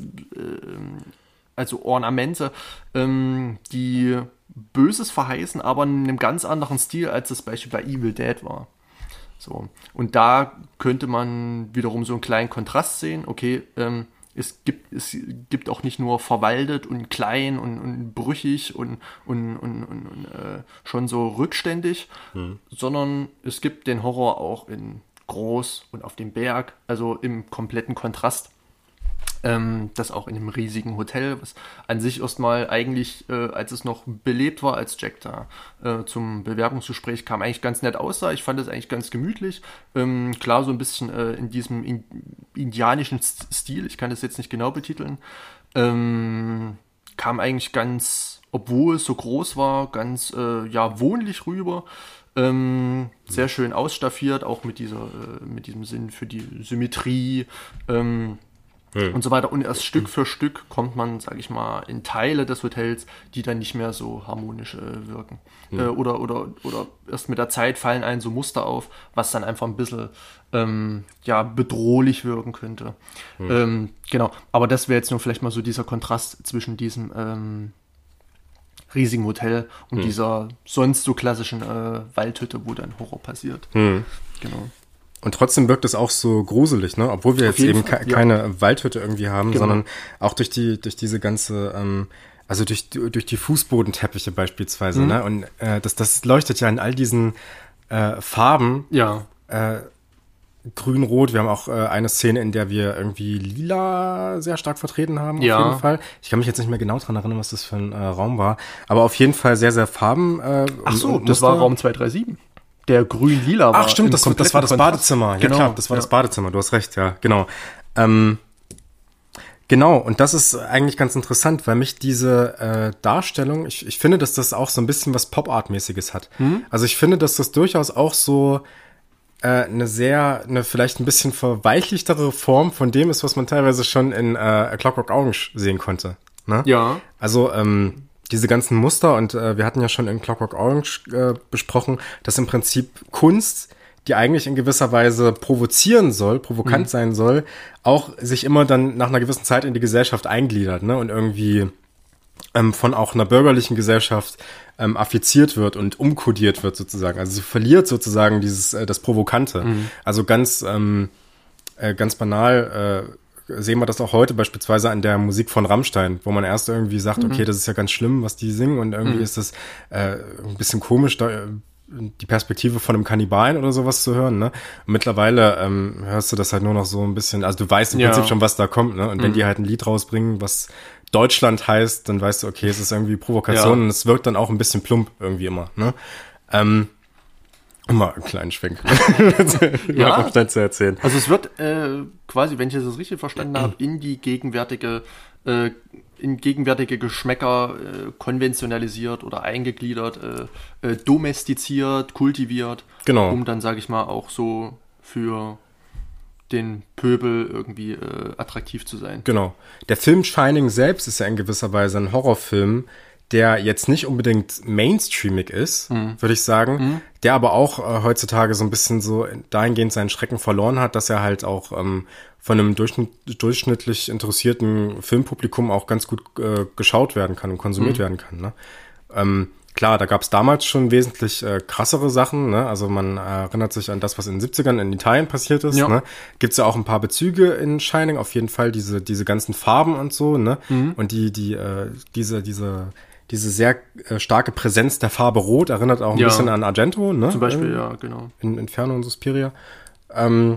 also Ornamente, ähm, die Böses verheißen, aber in einem ganz anderen Stil, als das Beispiel bei Evil Dead war. So. Und da könnte man wiederum so einen kleinen Kontrast sehen. Okay, ähm, es gibt, es gibt auch nicht nur verwaltet und klein und, und brüchig und, und, und, und, und äh, schon so rückständig, hm. sondern es gibt den Horror auch in groß und auf dem Berg, also im kompletten Kontrast. Ähm, das auch in einem riesigen Hotel, was an sich erstmal eigentlich, äh, als es noch belebt war, als Jack da äh, zum Bewerbungsgespräch kam, eigentlich ganz nett aussah. Ich fand es eigentlich ganz gemütlich. Ähm, klar, so ein bisschen äh, in diesem in, indianischen Stil, ich kann das jetzt nicht genau betiteln, ähm, kam eigentlich ganz, obwohl es so groß war, ganz äh, ja, wohnlich rüber. Ähm, sehr schön ausstaffiert, auch mit dieser, äh, mit diesem Sinn für die Symmetrie, ähm, Hm. und so weiter. Und erst Stück für Stück kommt man, sage ich mal, in Teile des Hotels, die dann nicht mehr so harmonisch äh, wirken. Hm. Äh, oder, oder, oder erst mit der Zeit fallen einem so Muster auf, was dann einfach ein bisschen ähm, ja, bedrohlich wirken könnte. Hm. Ähm, genau, aber das wäre jetzt nur vielleicht mal so dieser Kontrast zwischen diesem ähm, riesigen Hotel und hm. dieser sonst so klassischen äh, Waldhütte, wo dann Horror passiert. Hm. Genau. Und trotzdem wirkt es auch so gruselig, ne? Obwohl wir jetzt eben Fall, ke- ja. keine Waldhütte irgendwie haben, genau. sondern auch durch die, durch diese ganze, ähm, also durch, durch die Fußbodenteppiche beispielsweise, mhm. ne? Und äh, das, das leuchtet ja in all diesen äh, Farben. Ja. Äh, Grün, Rot. Wir haben auch äh, eine Szene, in der wir irgendwie Lila sehr stark vertreten haben, ja. auf jeden Fall. Ich kann mich jetzt nicht mehr genau dran erinnern, was das für ein äh, Raum war. Aber auf jeden Fall sehr, sehr Farben. Äh, Ach so, und, das war Raum zwei drei sieben. Der grün-lila war. Ach stimmt, das, das war das Badezimmer. Ja genau, klar, das war ja. das Badezimmer, du hast recht, ja, genau. Ähm, genau, und das ist eigentlich ganz interessant, weil mich diese äh, Darstellung, ich, ich finde, dass das auch so ein bisschen was Pop-Art-mäßiges hat. Hm? Also ich finde, dass das durchaus auch so äh, eine sehr, eine vielleicht ein bisschen verweichlichtere Form von dem ist, was man teilweise schon in äh, A Clockwork Orange sehen konnte. Ne? Ja. Also, ähm, diese ganzen Muster, und äh, wir hatten ja schon in Clockwork Orange äh, besprochen, dass im Prinzip Kunst, die eigentlich in gewisser Weise provozieren soll, provokant mhm. sein soll, auch sich immer dann nach einer gewissen Zeit in die Gesellschaft eingliedert, ne, und irgendwie ähm, von auch einer bürgerlichen Gesellschaft ähm, affiziert wird und umkodiert wird sozusagen. Also sie verliert sozusagen dieses äh, das Provokante. Mhm. Also ganz ähm, äh, ganz banal äh, sehen wir das auch heute beispielsweise an der Musik von Rammstein, wo man erst irgendwie sagt, mhm. okay, das ist ja ganz schlimm, was die singen, und irgendwie mhm. ist das äh, ein bisschen komisch, da, die Perspektive von einem Kannibalen oder sowas zu hören, ne? Und mittlerweile ähm, hörst du das halt nur noch so ein bisschen, also du weißt im ja. Prinzip schon, was da kommt, ne? Und mhm. wenn die halt ein Lied rausbringen, was Deutschland heißt, dann weißt du, okay, es ist irgendwie Provokation, ja. und es wirkt dann auch ein bisschen plump irgendwie immer, ne? Ähm, Mal einen kleinen Schwenk ja. Rammstein zu erzählen. Also es wird äh, quasi, wenn ich das richtig verstanden habe, in die gegenwärtige äh, in gegenwärtige Geschmäcker äh, konventionalisiert oder eingegliedert, äh, äh, domestiziert, kultiviert, genau. um dann, sage ich mal, auch so für den Pöbel irgendwie äh, attraktiv zu sein. Genau. Der Film Shining selbst ist ja in gewisser Weise ein Horrorfilm, der jetzt nicht unbedingt mainstreamig ist, mhm. würde ich sagen, mhm. der aber auch äh, heutzutage so ein bisschen so dahingehend seinen Schrecken verloren hat, dass er halt auch ähm, von einem durchschnitt, durchschnittlich interessierten Filmpublikum auch ganz gut äh, geschaut werden kann und konsumiert mhm. werden kann. Ne? Ähm, klar, da gab es damals schon wesentlich äh, krassere Sachen, ne? Also man äh, erinnert sich an das, was in den siebzigern in Italien passiert ist. Ja. Ne? Gibt's ja auch ein paar Bezüge in Shining, auf jeden Fall diese diese ganzen Farben und so, ne? Mhm. Und die die äh, diese diese Diese sehr äh, starke Präsenz der Farbe Rot erinnert auch ein ja. bisschen an Argento, ne? Zum Beispiel, in, ja, genau. In Inferno und Suspiria. Ähm,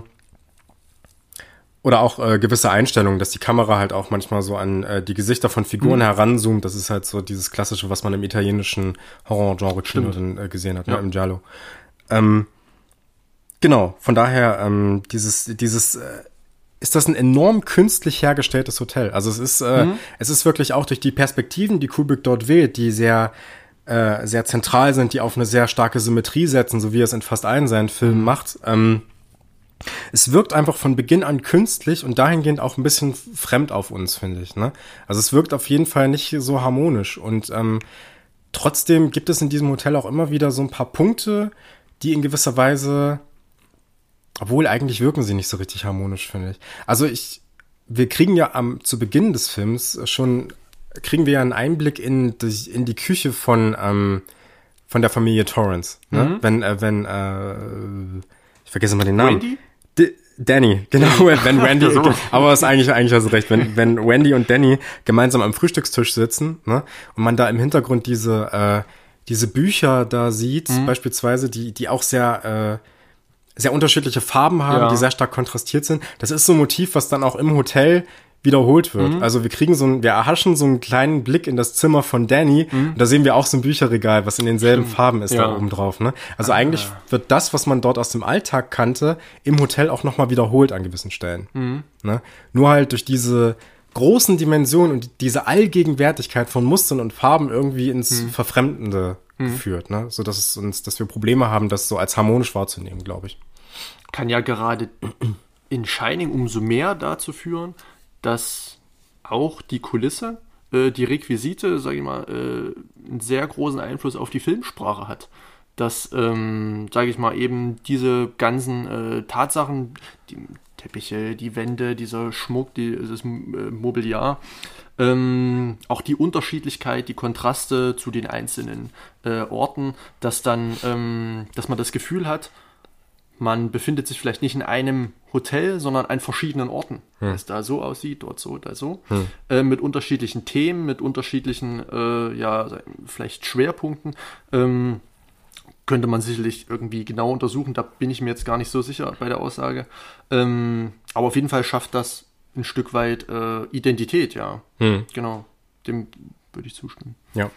oder auch äh, gewisse Einstellungen, dass die Kamera halt auch manchmal so an äh, die Gesichter von Figuren mhm. heranzoomt. Das ist halt so dieses Klassische, was man im italienischen Horror-Genre-Kino dann äh, gesehen hat, ja. ne? Im Giallo. Ähm, genau, von daher ähm, dieses, dieses äh, ist das ein enorm künstlich hergestelltes Hotel. Also es ist, äh, mhm. es ist wirklich auch durch die Perspektiven, die Kubrick dort wählt, die sehr, äh, sehr zentral sind, die auf eine sehr starke Symmetrie setzen, so wie er es in fast allen seinen Filmen mhm. macht. Ähm, es wirkt einfach von Beginn an künstlich und dahingehend auch ein bisschen fremd auf uns, finde ich. Ne? Also es wirkt auf jeden Fall nicht so harmonisch. Und ähm, trotzdem gibt es in diesem Hotel auch immer wieder so ein paar Punkte, die in gewisser Weise, obwohl eigentlich wirken sie nicht so richtig harmonisch, finde ich. Also ich, wir kriegen ja am zu Beginn des Films schon, kriegen wir ja einen Einblick in die, in die Küche von, ähm, von der Familie Torrance. Ne? Mhm. Wenn, äh, wenn, äh, ich vergesse mal den Namen. Wendy? D- Danny, genau, wenn Wendy, aber es ist eigentlich, eigentlich hast du recht, wenn, wenn Wendy und Danny gemeinsam am Frühstückstisch sitzen, ne, und man da im Hintergrund diese, äh, diese Bücher da sieht, mhm. beispielsweise, die, die auch sehr, äh, sehr unterschiedliche Farben haben, ja. die sehr stark kontrastiert sind. Das ist so ein Motiv, was dann auch im Hotel wiederholt wird. Mhm. Also wir kriegen so ein, wir erhaschen so einen kleinen Blick in das Zimmer von Danny mhm. und da sehen wir auch so ein Bücherregal, was in denselben Stimmt. Farben ist, ja. da oben drauf. Ne? Also ah. eigentlich wird das, was man dort aus dem Alltag kannte, im Hotel auch nochmal wiederholt an gewissen Stellen. Mhm. Ne? Nur halt durch diese großen Dimensionen und diese Allgegenwärtigkeit von Mustern und Farben irgendwie ins mhm. Verfremdende mhm. geführt, ne? So dass es uns, dass wir Probleme haben, das so als harmonisch wahrzunehmen, glaube ich. Kann ja gerade in Shining umso mehr dazu führen, dass auch die Kulisse, äh, die Requisite, sage ich mal, äh, einen sehr großen Einfluss auf die Filmsprache hat. Dass, ähm, sage ich mal, eben diese ganzen äh, Tatsachen, die Teppiche, die Wände, dieser Schmuck, die, das äh, Mobiliar, ähm, auch die Unterschiedlichkeit, die Kontraste zu den einzelnen äh, Orten, dass dann, ähm, dass man das Gefühl hat, man befindet sich vielleicht nicht in einem Hotel, sondern an verschiedenen Orten. Hm. Es da so aussieht, dort so, da so. Hm. Äh, mit unterschiedlichen Themen, mit unterschiedlichen, äh, ja, vielleicht Schwerpunkten. Ähm, könnte man sicherlich irgendwie genau untersuchen. Da bin ich mir jetzt gar nicht so sicher bei der Aussage. Ähm, aber auf jeden Fall schafft das ein Stück weit äh, Identität, ja. Hm. Genau. Dem würde ich zustimmen. Ja.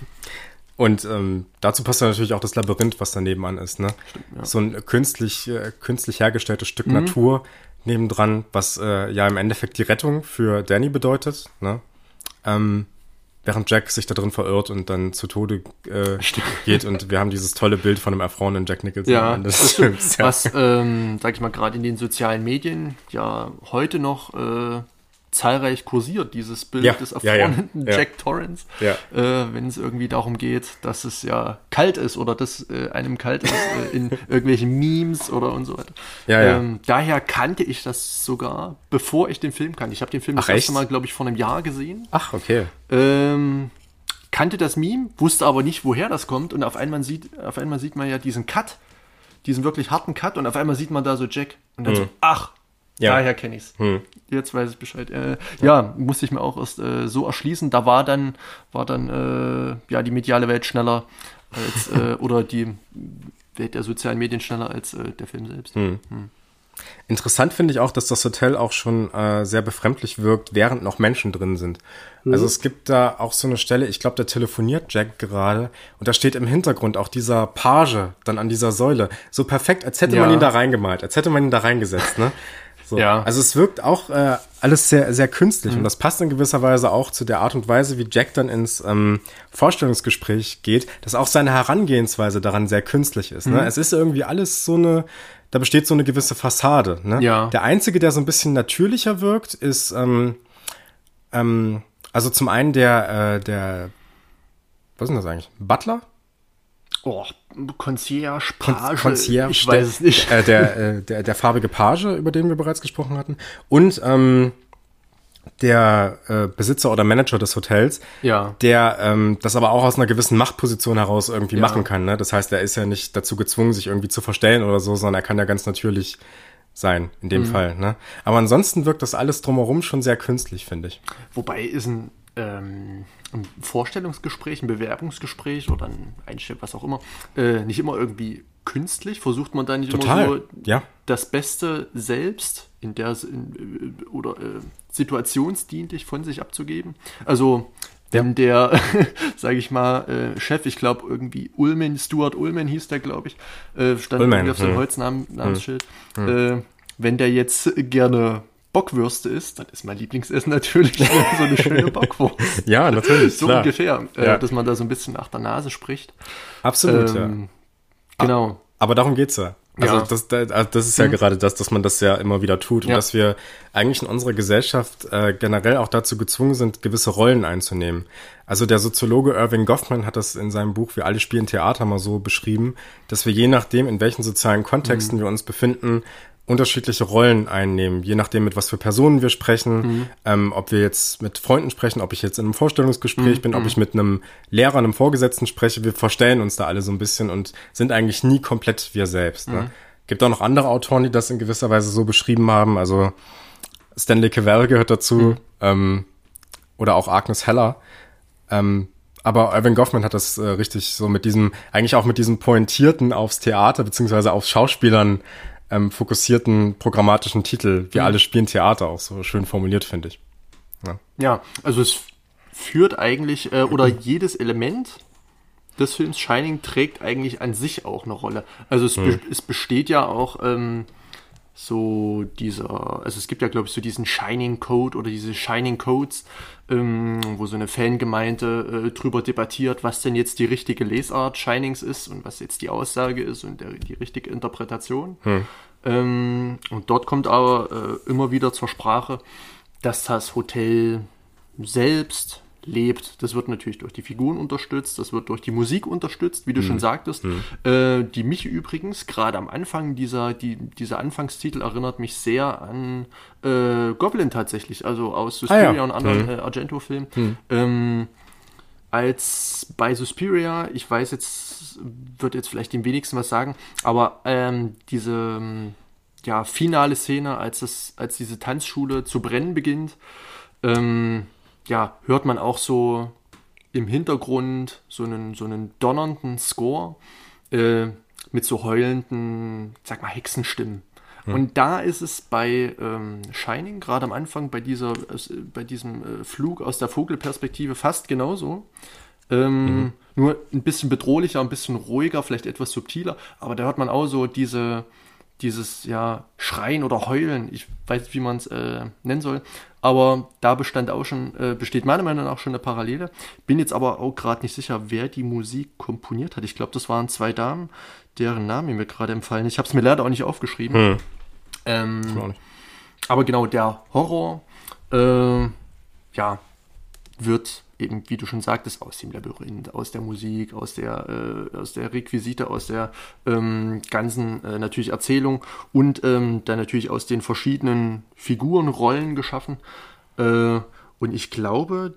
Und ähm, dazu passt ja natürlich auch das Labyrinth, was da nebenan ist, ne? Stimmt, ja. So ein künstlich, äh, künstlich hergestelltes Stück mhm. Natur nebendran, was äh, ja im Endeffekt die Rettung für Danny bedeutet, ne? Ähm, während Jack sich da drin verirrt und dann zu Tode äh, geht und wir haben dieses tolle Bild von einem erfrorenen Jack Nicholson ja, am Ende des Films. Ja. Was, ähm, sag ich mal, gerade in den sozialen Medien ja heute noch äh, zahlreich kursiert, dieses Bild ja, des erfrorenen ja, ja, Jack ja. Torrance, ja. äh, wenn es irgendwie darum geht, dass es ja kalt ist oder dass äh, einem kalt ist äh, in irgendwelchen Memes oder und so weiter. Ja, ja. Ähm, daher kannte ich das sogar, bevor ich den Film kannte. Ich habe den Film Ach, das erste Mal, glaube ich, vor einem Jahr gesehen. Ach, okay. Ähm, kannte das Meme, wusste aber nicht, woher das kommt und auf einmal sieht, auf einmal sieht man ja diesen Cut, diesen wirklich harten Cut und auf einmal sieht man da so Jack und dann hm. so, ach, ja. daher kenne ich's. Hm. Jetzt weiß ich Bescheid. Äh, ja. ja, musste ich mir auch erst äh, so erschließen. Da war dann, war dann äh, ja die mediale Welt schneller als äh, oder die Welt der sozialen Medien schneller als äh, der Film selbst. Hm. Hm. Interessant finde ich auch, dass das Hotel auch schon äh, sehr befremdlich wirkt, während noch Menschen drin sind. Mhm. Also es gibt da auch so eine Stelle, ich glaube, da telefoniert Jack gerade und da steht im Hintergrund auch dieser Page dann an dieser Säule. So perfekt, als hätte ja. man ihn da reingemalt, als hätte man ihn da reingesetzt, ne? So. Ja. Also es wirkt auch äh, alles sehr, sehr künstlich mhm. und das passt in gewisser Weise auch zu der Art und Weise, wie Jack dann ins ähm, Vorstellungsgespräch geht, dass auch seine Herangehensweise daran sehr künstlich ist. Mhm. Ne? Es ist irgendwie alles so eine, da besteht so eine gewisse Fassade. Ne? Ja. Der einzige, der so ein bisschen natürlicher wirkt, ist ähm, ähm, also zum einen der, äh, der, was ist denn das eigentlich? Butler? Oh, Concierge, Page, Concierge, ich weiß es nicht. Äh, der, äh, der, der farbige Page, über den wir bereits gesprochen hatten. Und ähm, der äh, Besitzer oder Manager des Hotels, ja. der ähm, das aber auch aus einer gewissen Machtposition heraus irgendwie ja. machen kann. Ne? Das heißt, er ist ja nicht dazu gezwungen, sich irgendwie zu verstellen oder so, sondern er kann ja ganz natürlich sein, in dem mhm. Fall. Ne? Aber ansonsten wirkt das alles drumherum schon sehr künstlich, finde ich. Wobei ist ein ähm, ein Vorstellungsgespräch, ein Bewerbungsgespräch oder ein Einstellung, was auch immer, äh, nicht immer irgendwie künstlich? Versucht man da nicht Total. immer so ja. das Beste selbst in der in, oder äh, situationsdienlich von sich abzugeben? Also wenn ja. der, sage ich mal, äh, Chef, ich glaube irgendwie Ullman, Stuart Ullman hieß der, glaube ich, äh, stand Ullman, irgendwie auf seinem hm. Holznamensschild. Hm. Äh, wenn der jetzt gerne Bockwürste ist, dann ist mein Lieblingsessen natürlich so eine schöne Bockwurst. Ja, natürlich, so klar. ungefähr, äh, ja. dass man da so ein bisschen nach der Nase spricht. Absolut, ähm, ja. Genau. Aber darum geht's ja. Also Ja. das, das, also das ist ja mhm. gerade das, dass man das ja immer wieder tut und ja. dass wir eigentlich in unserer Gesellschaft äh, generell auch dazu gezwungen sind, gewisse Rollen einzunehmen. Also der Soziologe Irving Goffman hat das in seinem Buch Wir alle spielen Theater mal so beschrieben, dass wir je nachdem, in welchen sozialen Kontexten mhm. wir uns befinden, unterschiedliche Rollen einnehmen, je nachdem, mit was für Personen wir sprechen, mhm. ähm, ob wir jetzt mit Freunden sprechen, ob ich jetzt in einem Vorstellungsgespräch mhm. bin, ob ich mit einem Lehrer, einem Vorgesetzten spreche. Wir verstellen uns da alle so ein bisschen und sind eigentlich nie komplett wir selbst. Mhm. Ne? Gibt auch noch andere Autoren, die das in gewisser Weise so beschrieben haben. Also Stanley Cavell gehört dazu mhm. ähm, oder auch Agnes Heller. Ähm, aber Irving Goffman hat das äh, richtig so mit diesem, eigentlich auch mit diesem pointierten aufs Theater beziehungsweise aufs Schauspielern Ähm, fokussierten programmatischen Titel, wir mhm. alle spielen Theater, auch so schön formuliert, finde ich. Ja. ja, also es führt eigentlich, äh, oder jedes Element des Films Shining trägt eigentlich an sich auch eine Rolle. Also es, mhm. be- es besteht ja auch ähm, so dieser, also es gibt ja, glaube ich, so diesen Shining Code oder diese Shining Codes, ähm, wo so eine Fangemeinde äh, drüber debattiert, was denn jetzt die richtige Lesart Shinings ist und was jetzt die Aussage ist und der, die richtige Interpretation. Hm. Ähm, und dort kommt aber äh, immer wieder zur Sprache, dass das Hotel selbst lebt. Das wird natürlich durch die Figuren unterstützt, das wird durch die Musik unterstützt, wie du hm. schon sagtest. Hm. Äh, die mich übrigens, gerade am Anfang, dieser, die, dieser Anfangstitel erinnert mich sehr an äh, Goblin tatsächlich, also aus Suspiria ah, ja. und anderen hm. äh, Argento-Filmen. Hm. Ähm, als bei Suspiria, ich weiß jetzt, wird jetzt vielleicht dem wenigsten was sagen, aber ähm, diese ja, finale Szene, als, das, als diese Tanzschule zu brennen beginnt, ähm, ja, hört man auch so im Hintergrund so einen, so einen donnernden Score äh, mit so heulenden, sag mal, Hexenstimmen. Hm. Und da ist es bei ähm, Shining, gerade am Anfang, bei, dieser, äh, bei diesem äh, Flug aus der Vogelperspektive fast genauso. Ähm, mhm. Nur ein bisschen bedrohlicher, ein bisschen ruhiger, vielleicht etwas subtiler. Aber da hört man auch so diese... dieses ja Schreien oder Heulen, ich weiß nicht, wie man es äh, nennen soll, aber da bestand auch schon, äh, besteht meiner Meinung nach schon eine Parallele. Bin jetzt aber auch gerade nicht sicher, wer die Musik komponiert hat. Ich glaube, das waren zwei Damen, deren Namen mir gerade empfallen. Ich habe es mir leider auch nicht aufgeschrieben. Hm. Ähm, auch nicht. Aber genau, der Horror äh, ja, wird eben, wie du schon sagtest, aus dem Labyrinth, aus der Musik, aus der, äh, aus der Requisite, aus der ähm, ganzen äh, natürlich Erzählung und ähm, dann natürlich aus den verschiedenen Figuren, Rollen geschaffen. Äh, und ich glaube,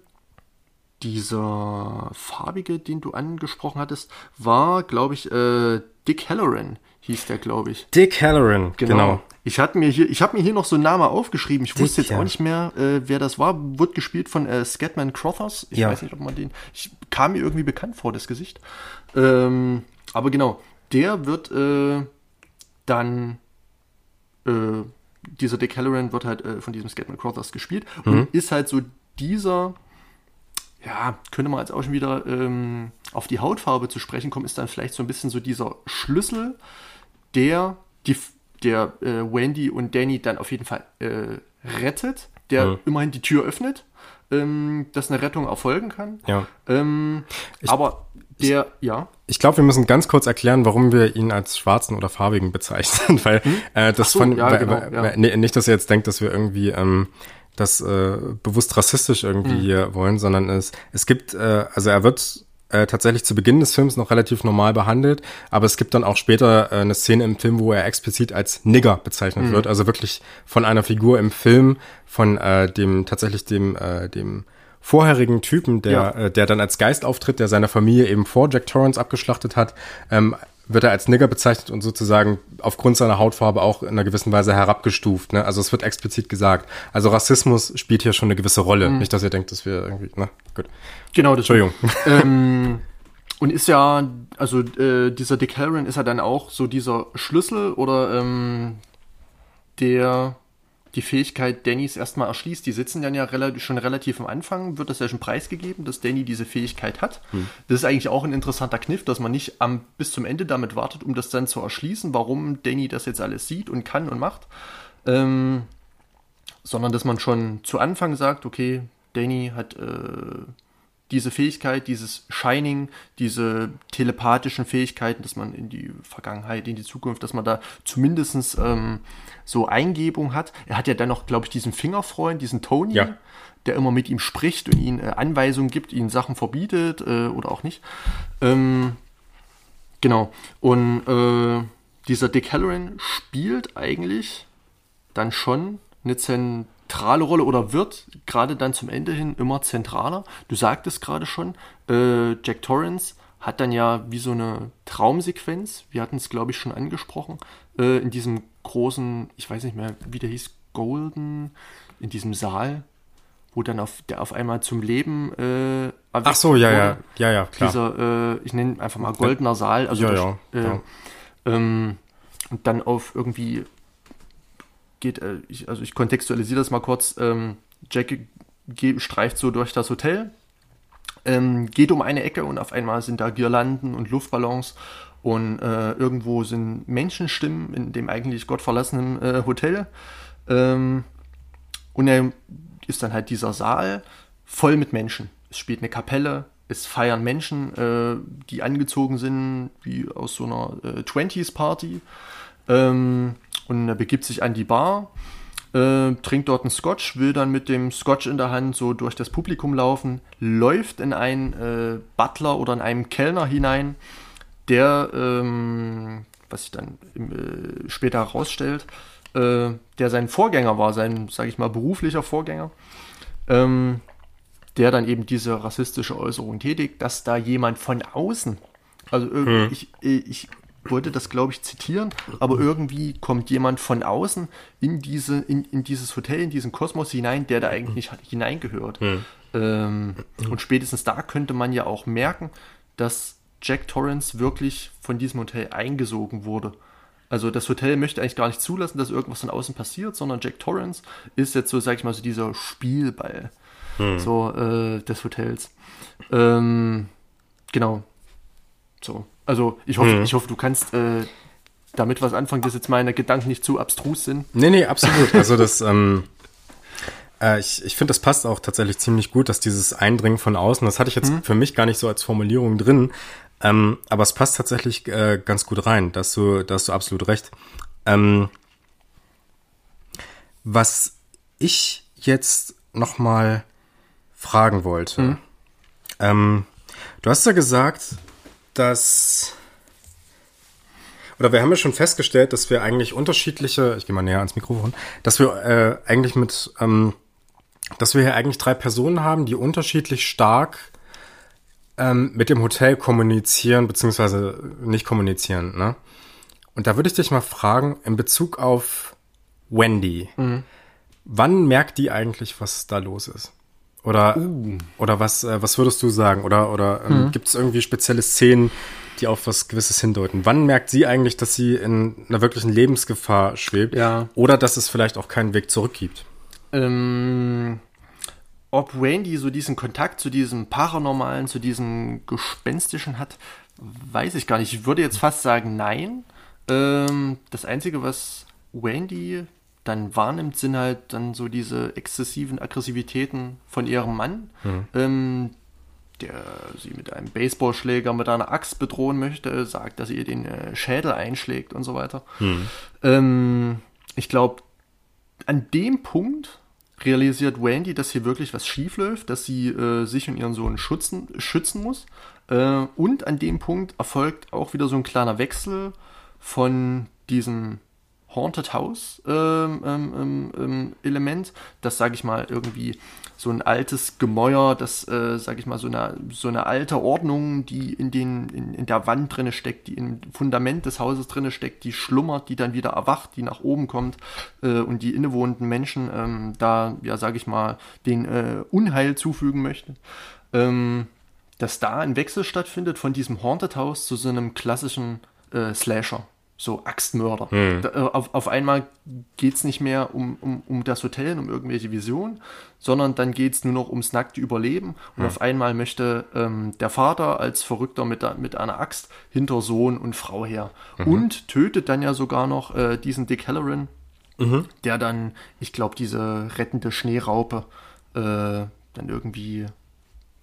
dieser farbige, den du angesprochen hattest, war, glaube ich, äh, Dick Hallorann, hieß der, glaube ich. Dick Hallorann, genau. genau. Ich hatte mir hier, ich habe mir hier noch so einen Namen aufgeschrieben. Ich Dick, wusste jetzt ja. auch nicht mehr, äh, wer das war. Wurde gespielt von äh, Scatman Crothers. Ich ja. weiß nicht, ob man den. Ich kam mir irgendwie bekannt vor, das Gesicht. Ähm, aber genau, der wird äh, dann äh, dieser Dick Hallorann wird halt äh, von diesem Scatman Crothers gespielt mhm. und ist halt so dieser. Ja, könnte man jetzt auch schon wieder ähm, auf die Hautfarbe zu sprechen kommen, ist dann vielleicht so ein bisschen so dieser Schlüssel, der die, der äh, Wendy und Danny dann auf jeden Fall äh, rettet, der ja. immerhin die Tür öffnet, ähm, dass eine Rettung erfolgen kann. Ja. Ähm, ich, aber der, ich, ja. Ich glaube, wir müssen ganz kurz erklären, warum wir ihn als schwarzen oder farbigen bezeichnen, weil hm? äh, das so, von, ja, weil, genau, weil, ja. nicht, dass ihr jetzt denkt, dass wir irgendwie ähm, das äh, bewusst rassistisch irgendwie mhm. hier wollen, sondern es, es gibt, äh, also er wird äh, tatsächlich zu Beginn des Films noch relativ normal behandelt, aber es gibt dann auch später äh, eine Szene im Film, wo er explizit als Nigger bezeichnet mhm. wird, also wirklich von einer Figur im Film, von äh, dem, tatsächlich dem, äh, dem vorherigen Typen, der, ja. äh, der dann als Geist auftritt, der seine Familie eben vor Jack Torrance abgeschlachtet hat, ähm, wird er als Nigger bezeichnet und sozusagen aufgrund seiner Hautfarbe auch in einer gewissen Weise herabgestuft. Ne? Also es wird explizit gesagt. Also Rassismus spielt hier schon eine gewisse Rolle. Mhm. Nicht, dass ihr denkt, dass wir irgendwie, na gut. Genau, das Entschuldigung. Ähm, und ist ja, also äh, dieser Dick Hallorann ist ja dann auch so dieser Schlüssel oder ähm, der die Fähigkeit Dannys erstmal erschließt. Die sitzen dann ja relativ, schon relativ am Anfang, wird das ja schon preisgegeben, dass Danny diese Fähigkeit hat. Hm. Das ist eigentlich auch ein interessanter Kniff, dass man nicht am, bis zum Ende damit wartet, um das dann zu erschließen, warum Danny das jetzt alles sieht und kann und macht, ähm, sondern dass man schon zu Anfang sagt, okay, Danny hat äh, diese Fähigkeit, dieses Shining, diese telepathischen Fähigkeiten, dass man in die Vergangenheit, in die Zukunft, dass man da zumindest ähm, so Eingebung hat. Er hat ja dann noch, glaube ich, diesen Fingerfreund, diesen Tony, Ja. der immer mit ihm spricht und ihm äh, Anweisungen gibt, ihm Sachen verbietet äh, oder auch nicht. Ähm, genau. Und äh, dieser Dick Hallorann spielt eigentlich dann schon eine zentrale Rolle oder wird gerade dann zum Ende hin immer zentraler. Du sagtest gerade schon, äh, Jack Torrance hat dann ja wie so eine Traumsequenz, wir hatten es glaube ich schon angesprochen, äh, in diesem großen, ich weiß nicht mehr, wie der hieß, Golden, in diesem Saal, wo dann auf, der auf einmal zum Leben äh, erweckt Ach so, ja, wurde. ja, ja, ja, klar. Dieser, äh, ich nenne einfach mal goldener Saal, also Ja, durch, ja, äh, ja. Ähm, und dann auf irgendwie geht, äh, ich, also ich kontextualisiere das mal kurz, ähm, Jack ge- streift so durch das Hotel, ähm, geht um eine Ecke und auf einmal sind da Girlanden und Luftballons und äh, irgendwo sind Menschenstimmen in dem eigentlich gottverlassenen äh, Hotel. Ähm, und er ist dann halt dieser Saal voll mit Menschen. Es spielt eine Kapelle, es feiern Menschen, äh, die angezogen sind wie aus so einer äh, zwanziger-Party. Ähm, und er begibt sich an die Bar, äh, trinkt dort einen Scotch, will dann mit dem Scotch in der Hand so durch das Publikum laufen, läuft in einen äh, Butler oder in einen Kellner hinein, der, ähm, was sich dann äh, später herausstellt, äh, der sein Vorgänger war, sein, sag ich mal, beruflicher Vorgänger, ähm, der dann eben diese rassistische Äußerung tätigt, dass da jemand von außen, also irgendwie, hm. ich, ich wollte das, glaube ich, zitieren, aber irgendwie kommt jemand von außen in, diese, in, in dieses Hotel, in diesen Kosmos hinein, der da eigentlich nicht hineingehört. Hm. Ähm, und spätestens da könnte man ja auch merken, dass Jack Torrance wirklich von diesem Hotel eingesogen wurde. Also das Hotel möchte eigentlich gar nicht zulassen, dass irgendwas von außen passiert, sondern Jack Torrance ist jetzt so, sag ich mal, so dieser Spielball hm. so, äh, des Hotels. Ähm, genau. So. Also ich hoffe, hm. ich hoffe, du kannst äh, damit was anfangen, dass jetzt meine Gedanken nicht zu abstrus sind. Nee, nee, absolut. Also das, ähm, äh, ich, ich finde, das passt auch tatsächlich ziemlich gut, dass dieses Eindringen von außen, das hatte ich jetzt hm. für mich gar nicht so als Formulierung drin, ähm, aber es passt tatsächlich äh, ganz gut rein, da hast du, da hast du absolut recht. Ähm, was ich jetzt noch mal fragen wollte, hm. ähm, du hast ja gesagt, dass, oder wir haben ja schon festgestellt, dass wir eigentlich unterschiedliche, ich gehe mal näher ans Mikrofon, dass wir äh, eigentlich mit, ähm, dass wir hier eigentlich drei Personen haben, die unterschiedlich stark ähm, mit dem Hotel kommunizieren, beziehungsweise nicht kommunizieren, ne? Und da würde ich dich mal fragen, in Bezug auf Wendy, mhm. wann merkt die eigentlich, was da los ist? Oder, uh. oder was, äh, was würdest du sagen? Oder, oder ähm, mhm. gibt es irgendwie spezielle Szenen, die auf was Gewisses hindeuten? Wann merkt sie eigentlich, dass sie in einer wirklichen Lebensgefahr schwebt? Ja. Oder dass es vielleicht auch keinen Weg zurück gibt? Ähm, ob Wendy so diesen Kontakt zu diesem Paranormalen, zu diesem Gespenstischen hat, weiß ich gar nicht. Ich würde jetzt fast sagen, nein. Ähm, das Einzige, was Wendy dann wahrnimmt, sind halt dann so diese exzessiven Aggressivitäten von ihrem Mann, mhm. ähm, der sie mit einem Baseballschläger, mit einer Axt bedrohen möchte, sagt, dass sie ihr den äh, Schädel einschlägt und so weiter. Mhm. Ähm, ich glaube, an dem Punkt realisiert Wendy, dass hier wirklich was schief läuft, dass sie äh, sich und ihren Sohn schützen, schützen muss. Äh, und an dem Punkt erfolgt auch wieder so ein kleiner Wechsel von diesem Haunted House ähm, ähm, ähm, Element, das, sage ich mal, irgendwie so ein altes Gemäuer, das, äh, sage ich mal, so eine, so eine alte Ordnung, die in, den, in, in der Wand drinne steckt, die im Fundament des Hauses drinne steckt, die schlummert, die dann wieder erwacht, die nach oben kommt äh, und die innewohnenden Menschen ähm, da, ja, sage ich mal, den äh, Unheil zufügen möchte. Ähm, dass da ein Wechsel stattfindet von diesem Haunted House zu so einem klassischen äh, Slasher. So Axtmörder. Hm. Da, auf, auf einmal geht es nicht mehr um, um, um das Hotel, um irgendwelche Visionen, sondern dann geht es nur noch ums nackte Überleben. Und hm. auf einmal möchte ähm, der Vater als Verrückter mit, mit einer Axt hinter Sohn und Frau her. Mhm. Und tötet dann ja sogar noch äh, diesen Dick Hallorann, mhm. der dann, ich glaube, diese rettende Schneeraupe äh, dann irgendwie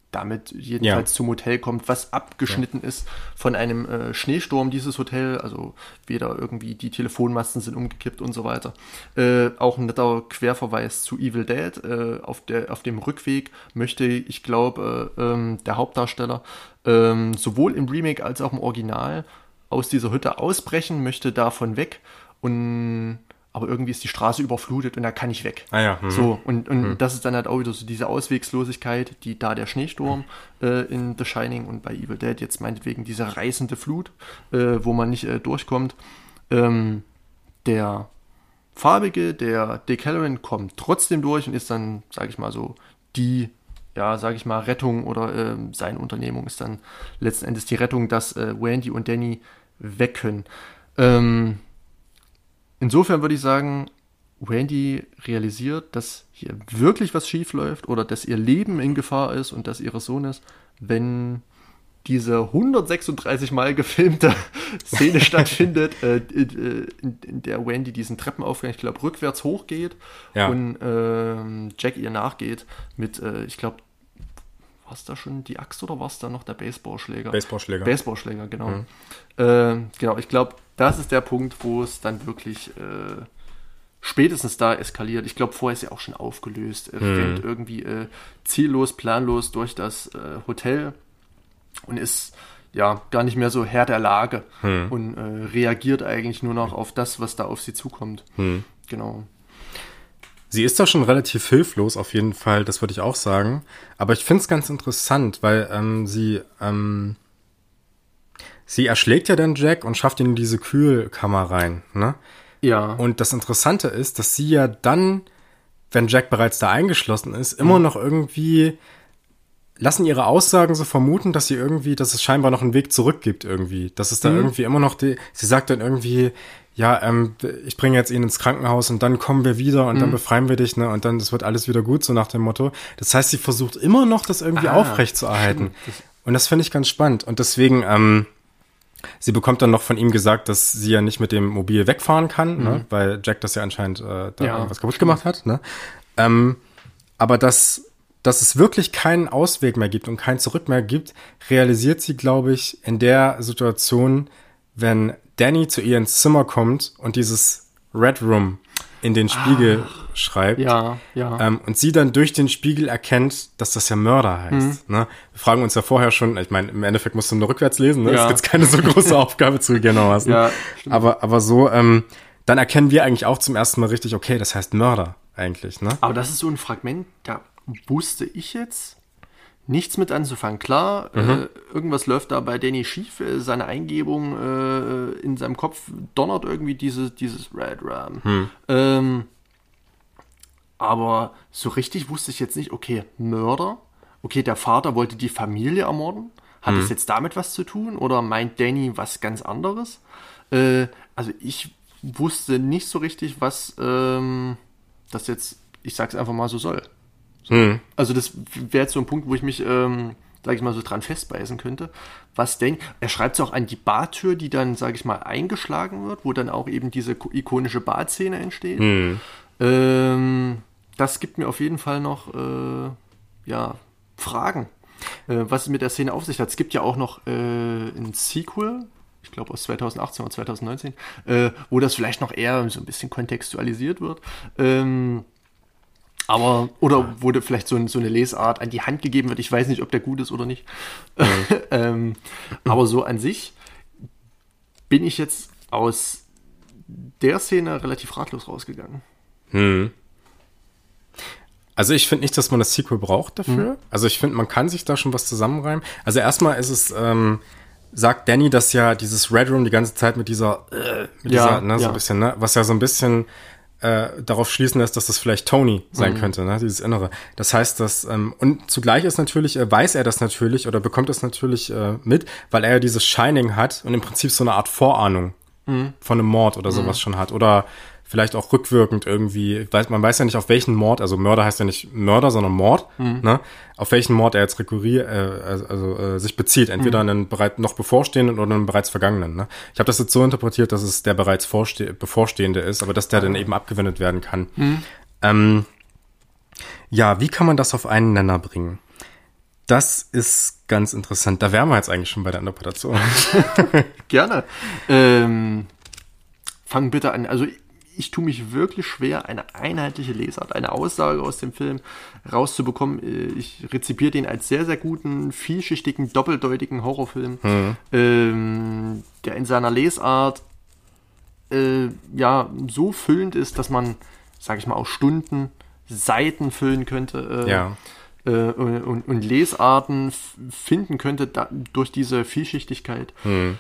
damit jedenfalls ja. zum Hotel kommt, was abgeschnitten ja. ist von einem äh, Schneesturm, dieses Hotel, also weder irgendwie die Telefonmasten sind umgekippt und so weiter. Äh, auch ein netter Querverweis zu Evil Dead. Äh, auf, der, auf dem Rückweg möchte, ich glaube, äh, ähm, der Hauptdarsteller äh, sowohl im Remake als auch im Original aus dieser Hütte ausbrechen, möchte davon weg und aber irgendwie ist die Straße überflutet und da kann ich weg. Ah ja. Mhm. So, und, und mhm. das ist dann halt auch wieder so diese Auswegslosigkeit, die da der Schneesturm äh, in The Shining und bei Evil Dead jetzt meinetwegen diese reißende Flut, äh, wo man nicht äh, durchkommt. Ähm, der Farbige, der Dick Hallorann, kommt trotzdem durch und ist dann, sage ich mal so, die, ja, sage ich mal, Rettung oder äh, seine Unternehmung ist dann letzten Endes die Rettung, dass äh, Wendy und Danny weg können. Ähm, Insofern würde ich sagen, Wendy realisiert, dass hier wirklich was schief läuft oder dass ihr Leben in Gefahr ist und dass ihre Sohn ist, wenn diese hundertsechsunddreißig Mal gefilmte Szene stattfindet, äh, in, in der Wendy diesen Treppenaufgang, ich glaube, rückwärts hochgeht ja. und äh, Jack ihr nachgeht mit, äh, ich glaube, war es da schon die Axt oder war es da noch der Baseballschläger? Baseballschläger. Baseballschläger, genau. Mhm. Äh, genau, ich glaube, das ist der Punkt, wo es dann wirklich äh, spätestens da eskaliert. Ich glaube, vorher ist ja auch schon aufgelöst. Er mhm. rennt irgendwie äh, ziellos, planlos durch das äh, Hotel und ist ja gar nicht mehr so Herr der Lage mhm. und äh, reagiert eigentlich nur noch auf das, was da auf sie zukommt. Mhm. Genau. Sie ist da schon relativ hilflos, auf jeden Fall, das würde ich auch sagen. Aber ich finde es ganz interessant, weil ähm, sie ähm, sie erschlägt ja dann Jack und schafft ihn in diese Kühlkammer rein, ne? Ja. Und das Interessante ist, dass sie ja dann, wenn Jack bereits da eingeschlossen ist, immer mhm. noch irgendwie lassen ihre Aussagen so vermuten, dass sie irgendwie, dass es scheinbar noch einen Weg zurück gibt irgendwie. Dass es da mhm. irgendwie immer noch die, sie sagt dann irgendwie, ja, ähm, ich bringe jetzt ihn ins Krankenhaus und dann kommen wir wieder und mhm. dann befreien wir dich, ne, und dann, das wird alles wieder gut, so nach dem Motto. Das heißt, sie versucht immer noch, das irgendwie ah, aufrecht zu erhalten. Und das finde ich ganz spannend. Und deswegen, ähm, sie bekommt dann noch von ihm gesagt, dass sie ja nicht mit dem Mobil wegfahren kann, mhm. ne, weil Jack das ja anscheinend äh, da ja, was kaputt gemacht hat, ne. Ähm, aber dass, dass es wirklich keinen Ausweg mehr gibt und kein Zurück mehr gibt, realisiert sie, glaube ich, in der Situation, wenn Danny zu ihr ins Zimmer kommt und dieses Red Room in den Spiegel ah, schreibt. Ja, ja. Ähm, und sie dann durch den Spiegel erkennt, dass das ja Mörder heißt. Mhm. Ne? Wir fragen uns ja vorher schon, ich meine, im Endeffekt musst du nur rückwärts lesen, ne? Ja. Das ist jetzt keine so große Aufgabe zugegebenermaßen. Ja, aber, aber so, ähm, dann erkennen wir eigentlich auch zum ersten Mal richtig, okay, das heißt Mörder eigentlich. Ne? Aber das ist so ein Fragment, da wusste ich jetzt nichts mit anzufangen. Klar, mhm. äh, irgendwas läuft da bei Danny schief. Äh, seine Eingebung äh, in seinem Kopf donnert irgendwie diese, dieses Red Ram. Mhm. Ähm, aber so richtig wusste ich jetzt nicht, okay, Mörder. Okay, der Vater wollte die Familie ermorden. Hat mhm. das jetzt damit was zu tun? Oder meint Danny was ganz anderes? Äh, also ich wusste nicht so richtig, was ähm, das jetzt, ich sag's einfach mal so soll. Hm. Also das wäre jetzt so ein Punkt, wo ich mich, ähm, sage ich mal, so dran festbeißen könnte. Was denn? Er schreibt es auch an die Bartür, die dann, sage ich mal, eingeschlagen wird, wo dann auch eben diese ikonische Badszene entsteht. Hm. Ähm, das gibt mir auf jeden Fall noch äh, ja, Fragen, äh, was es mit der Szene auf sich hat. Es gibt ja auch noch äh, ein Sequel, ich glaube aus zweitausendachtzehn oder zweitausendneunzehn, äh, wo das vielleicht noch eher so ein bisschen kontextualisiert wird. Ähm, Aber, oder wurde vielleicht so, ein, so eine Lesart an die Hand gegeben wird. Ich weiß nicht, ob der gut ist oder nicht. Mhm. ähm, aber so an sich bin ich jetzt aus der Szene relativ ratlos rausgegangen. Hm. Also ich finde nicht, dass man das Sequel braucht dafür. Mhm. Also ich finde, man kann sich da schon was zusammenreimen. Also erstmal ist es, ähm, sagt Danny, dass ja dieses Red Room die ganze Zeit mit dieser, äh, mit ja, dieser, ne, so ja. ein bisschen, ne, was ja so ein bisschen Äh, darauf schließen lässt, dass das vielleicht Tony sein mhm. könnte, ne, dieses Innere. Das heißt, dass, ähm, und zugleich ist natürlich, äh, weiß er das natürlich oder bekommt das natürlich äh, mit, weil er ja dieses Shining hat und im Prinzip so eine Art Vorahnung mhm. von einem Mord oder sowas mhm. schon hat. Oder vielleicht auch rückwirkend irgendwie, weiß, man weiß ja nicht, auf welchen Mord, also Mörder heißt ja nicht Mörder, sondern Mord, mhm. ne, auf welchen Mord er jetzt rekurriert, äh, also, also äh, sich bezieht, entweder mhm. einen bereits noch bevorstehenden oder einen bereits vergangenen. Ne? Ich habe das jetzt so interpretiert, dass es der bereits vorste- bevorstehende ist, aber dass der mhm. dann eben abgewendet werden kann. Mhm. Ähm, ja, wie kann man das auf einen Nenner bringen? Das ist ganz interessant. Da wären wir jetzt eigentlich schon bei der Interpretation. Gerne. Ähm, fang bitte an. Also ich tue mich wirklich schwer, eine einheitliche Lesart, eine Aussage aus dem Film rauszubekommen. Ich rezipiere den als sehr, sehr guten, vielschichtigen, doppeldeutigen Horrorfilm, mhm. ähm, der in seiner Lesart äh, ja so füllend ist, dass man, sage ich mal, auch Stunden, Seiten füllen könnte. Äh, ja. äh, und, und Lesarten f- finden könnte da, durch diese Vielschichtigkeit. Mhm.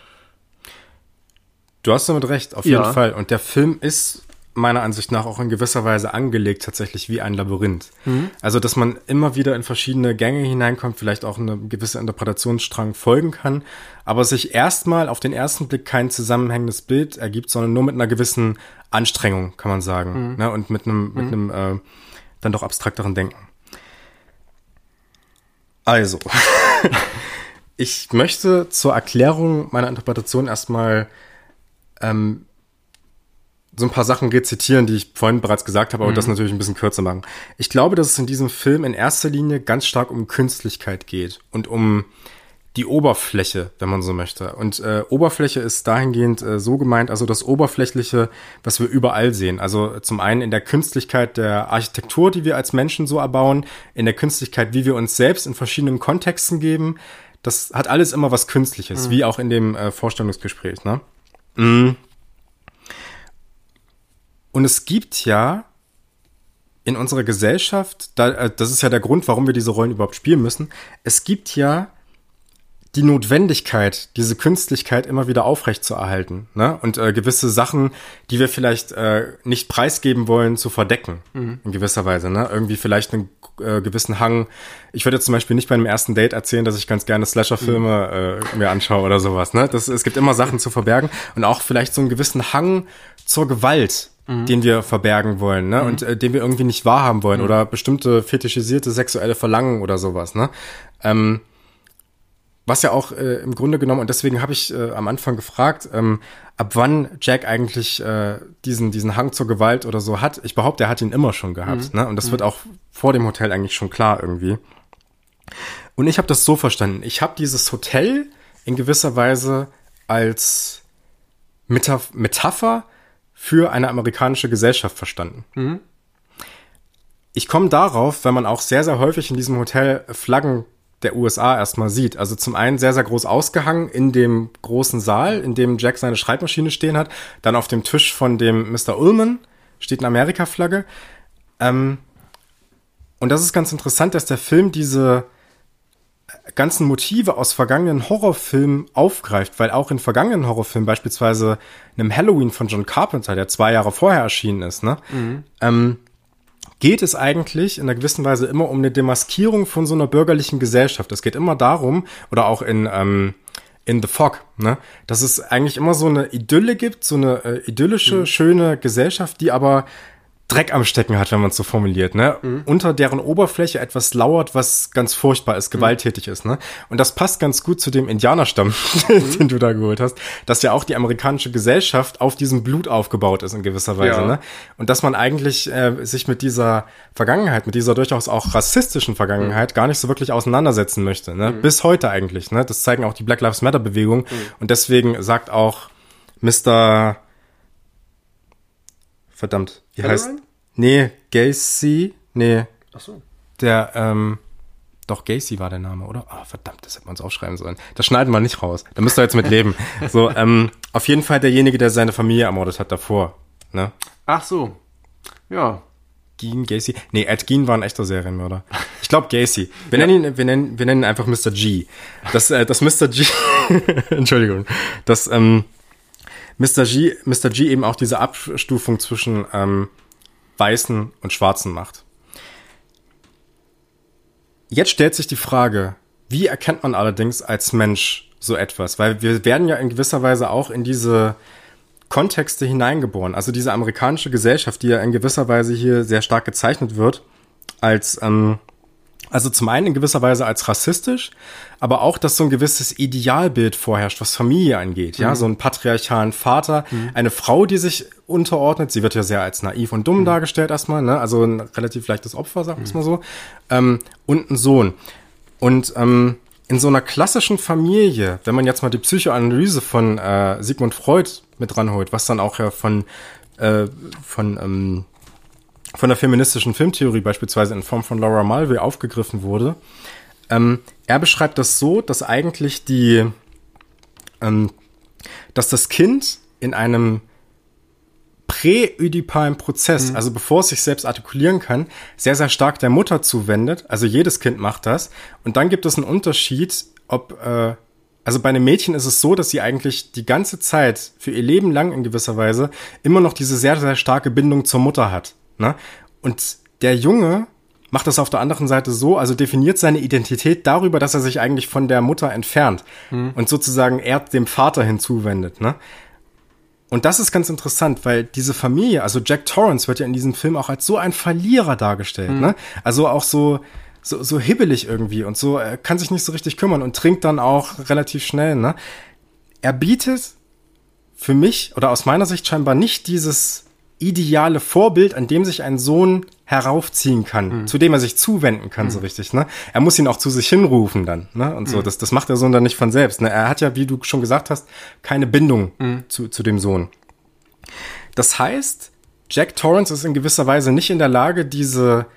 Du hast damit recht, auf jeden ja. Fall. Und der Film ist meiner Ansicht nach auch in gewisser Weise angelegt, tatsächlich wie ein Labyrinth. Mhm. Also, dass man immer wieder in verschiedene Gänge hineinkommt, vielleicht auch eine gewisse Interpretationsstrang folgen kann, aber sich erstmal auf den ersten Blick kein zusammenhängendes Bild ergibt, sondern nur mit einer gewissen Anstrengung, kann man sagen. Mhm. Ne? Und mit einem, mit einem äh, dann doch abstrakteren Denken. Also, ich möchte zur Erklärung meiner Interpretation erstmal Ähm, so ein paar Sachen rezitieren, die ich vorhin bereits gesagt habe, aber mhm. das natürlich ein bisschen kürzer machen. Ich glaube, dass es in diesem Film in erster Linie ganz stark um Künstlichkeit geht und um die Oberfläche, wenn man so möchte. Und äh, Oberfläche ist dahingehend äh, so gemeint, also das Oberflächliche, was wir überall sehen. Also zum einen in der Künstlichkeit der Architektur, die wir als Menschen so erbauen, in der Künstlichkeit, wie wir uns selbst in verschiedenen Kontexten geben. Das hat alles immer was Künstliches, mhm. wie auch in dem äh, Vorstellungsgespräch, ne? Und es gibt ja in unserer Gesellschaft, da, das ist ja der Grund, warum wir diese Rollen überhaupt spielen müssen, es gibt ja die Notwendigkeit, diese Künstlichkeit immer wieder aufrechtzuerhalten, ne? Und äh, gewisse Sachen, die wir vielleicht äh, nicht preisgeben wollen, zu verdecken, mhm. in gewisser Weise, ne? Irgendwie vielleicht einen äh, gewissen Hang. Ich würde jetzt zum Beispiel nicht bei einem ersten Date erzählen, dass ich ganz gerne Slasher-Filme mhm. äh, mir anschaue oder sowas, ne? Das, es gibt immer Sachen zu verbergen und auch vielleicht so einen gewissen Hang zur Gewalt, mhm. den wir verbergen wollen, ne? Mhm. Und äh, den wir irgendwie nicht wahrhaben wollen mhm. oder bestimmte fetischisierte sexuelle Verlangen oder sowas, ne? Ähm, Was ja auch äh, im Grunde genommen, und deswegen habe ich äh, am Anfang gefragt, ähm, ab wann Jack eigentlich äh, diesen diesen Hang zur Gewalt oder so hat. Ich behaupte, er hat ihn immer schon gehabt, mhm. ne? Und das mhm. wird auch vor dem Hotel eigentlich schon klar irgendwie. Und ich habe das so verstanden. Ich habe dieses Hotel in gewisser Weise als Metaph- Metapher für eine amerikanische Gesellschaft verstanden. Mhm. Ich komme darauf, wenn man auch sehr, sehr häufig in diesem Hotel Flaggen der U S A erstmal sieht. Also zum einen sehr, sehr groß ausgehangen in dem großen Saal, in dem Jack seine Schreibmaschine stehen hat. Dann auf dem Tisch von dem Mister Ullman steht eine Amerika-Flagge. Ähm, und das ist ganz interessant, dass der Film diese ganzen Motive aus vergangenen Horrorfilmen aufgreift, weil auch in vergangenen Horrorfilmen, beispielsweise einem Halloween von John Carpenter, der zwei Jahre vorher erschienen ist, ne, mhm. ähm, geht es eigentlich in einer gewissen Weise immer um eine Demaskierung von so einer bürgerlichen Gesellschaft. Es geht immer darum, oder auch in, ähm, in The Fog, ne, dass es eigentlich immer so eine Idylle gibt, so eine äh, idyllische, mhm. schöne Gesellschaft, die aber Dreck am Stecken hat, wenn man es so formuliert, ne? Mhm. Unter deren Oberfläche etwas lauert, was ganz furchtbar ist, gewalttätig mhm. ist, ne? Und das passt ganz gut zu dem Indianerstamm, mhm. den du da geholt hast, dass ja auch die amerikanische Gesellschaft auf diesem Blut aufgebaut ist in gewisser Weise, ja. ne? Und dass man eigentlich äh, sich mit dieser Vergangenheit, mit dieser durchaus auch rassistischen Vergangenheit mhm. gar nicht so wirklich auseinandersetzen möchte, ne? Mhm. Bis heute eigentlich, ne? Das zeigen auch die Black Lives Matter Bewegung mhm. und deswegen sagt auch Mister Verdammt, wie heißt? Nee, Gacy. Nee. Ach so. Der, ähm, doch, Gacy war der Name, oder? Ah, oh, verdammt, das hätte man uns aufschreiben sollen. Das schneiden wir nicht raus. Da müsst ihr jetzt mit leben. So, ähm, auf jeden Fall derjenige, der seine Familie ermordet hat davor, ne? Ach so. Ja. Gein, Gacy. Nee, Ed Gein war ein echter Serienmörder. Ich glaube Gacy. Wir ja. nennen ihn, wir nennen, wir nennen ihn einfach Mister G. Das, äh, das Mister G, Entschuldigung. Das, ähm, Mister G, Mister G eben auch diese Abstufung zwischen ähm, Weißen und Schwarzen macht. Jetzt stellt sich die Frage, wie erkennt man allerdings als Mensch so etwas? Weil wir werden ja in gewisser Weise auch in diese Kontexte hineingeboren. Also diese amerikanische Gesellschaft, die ja in gewisser Weise hier sehr stark gezeichnet wird, als ähm, also zum einen in gewisser Weise als rassistisch, aber auch, dass so ein gewisses Idealbild vorherrscht, was Familie angeht. Ja, mhm. so einen patriarchalen Vater, mhm. eine Frau, die sich unterordnet. Sie wird ja sehr als naiv und dumm mhm. dargestellt erstmal, ne? Also ein relativ leichtes Opfer, sagen wir es mal so. Ähm, und ein Sohn. Und ähm, in so einer klassischen Familie, wenn man jetzt mal die Psychoanalyse von äh, Sigmund Freud mit ranholt, was dann auch ja von äh, von ähm, von der feministischen Filmtheorie beispielsweise in Form von Laura Mulvey aufgegriffen wurde, ähm, er beschreibt das so, dass eigentlich die ähm, dass das Kind in einem präödipalen Prozess, mhm. also bevor es sich selbst artikulieren kann, sehr, sehr stark der Mutter zuwendet. Also jedes Kind macht das. Und dann gibt es einen Unterschied, ob, äh, also bei einem Mädchen ist es so, dass sie eigentlich die ganze Zeit, für ihr Leben lang in gewisser Weise, immer noch diese sehr, sehr starke Bindung zur Mutter hat. Ne? Und der Junge macht das auf der anderen Seite so, also definiert seine Identität darüber, dass er sich eigentlich von der Mutter entfernt mhm. und sozusagen er dem Vater hinzuwendet, ne? Und das ist ganz interessant, weil diese Familie, also Jack Torrance wird ja in diesem Film auch als so ein Verlierer dargestellt, mhm. ne? Also auch so, so, so hibbelig irgendwie und so, er kann sich nicht so richtig kümmern und trinkt dann auch relativ schnell, ne? Er bietet für mich oder aus meiner Sicht scheinbar nicht dieses ideale Vorbild, an dem sich ein Sohn heraufziehen kann, mhm. zu dem er sich zuwenden kann, mhm. so richtig, ne? Er muss ihn auch zu sich hinrufen dann, ne? Und so, mhm. das, das macht der Sohn dann nicht von selbst, ne? Er hat ja, wie du schon gesagt hast, keine Bindung mhm. zu, zu dem Sohn. Das heißt, Jack Torrance ist in gewisser Weise nicht in der Lage, diese,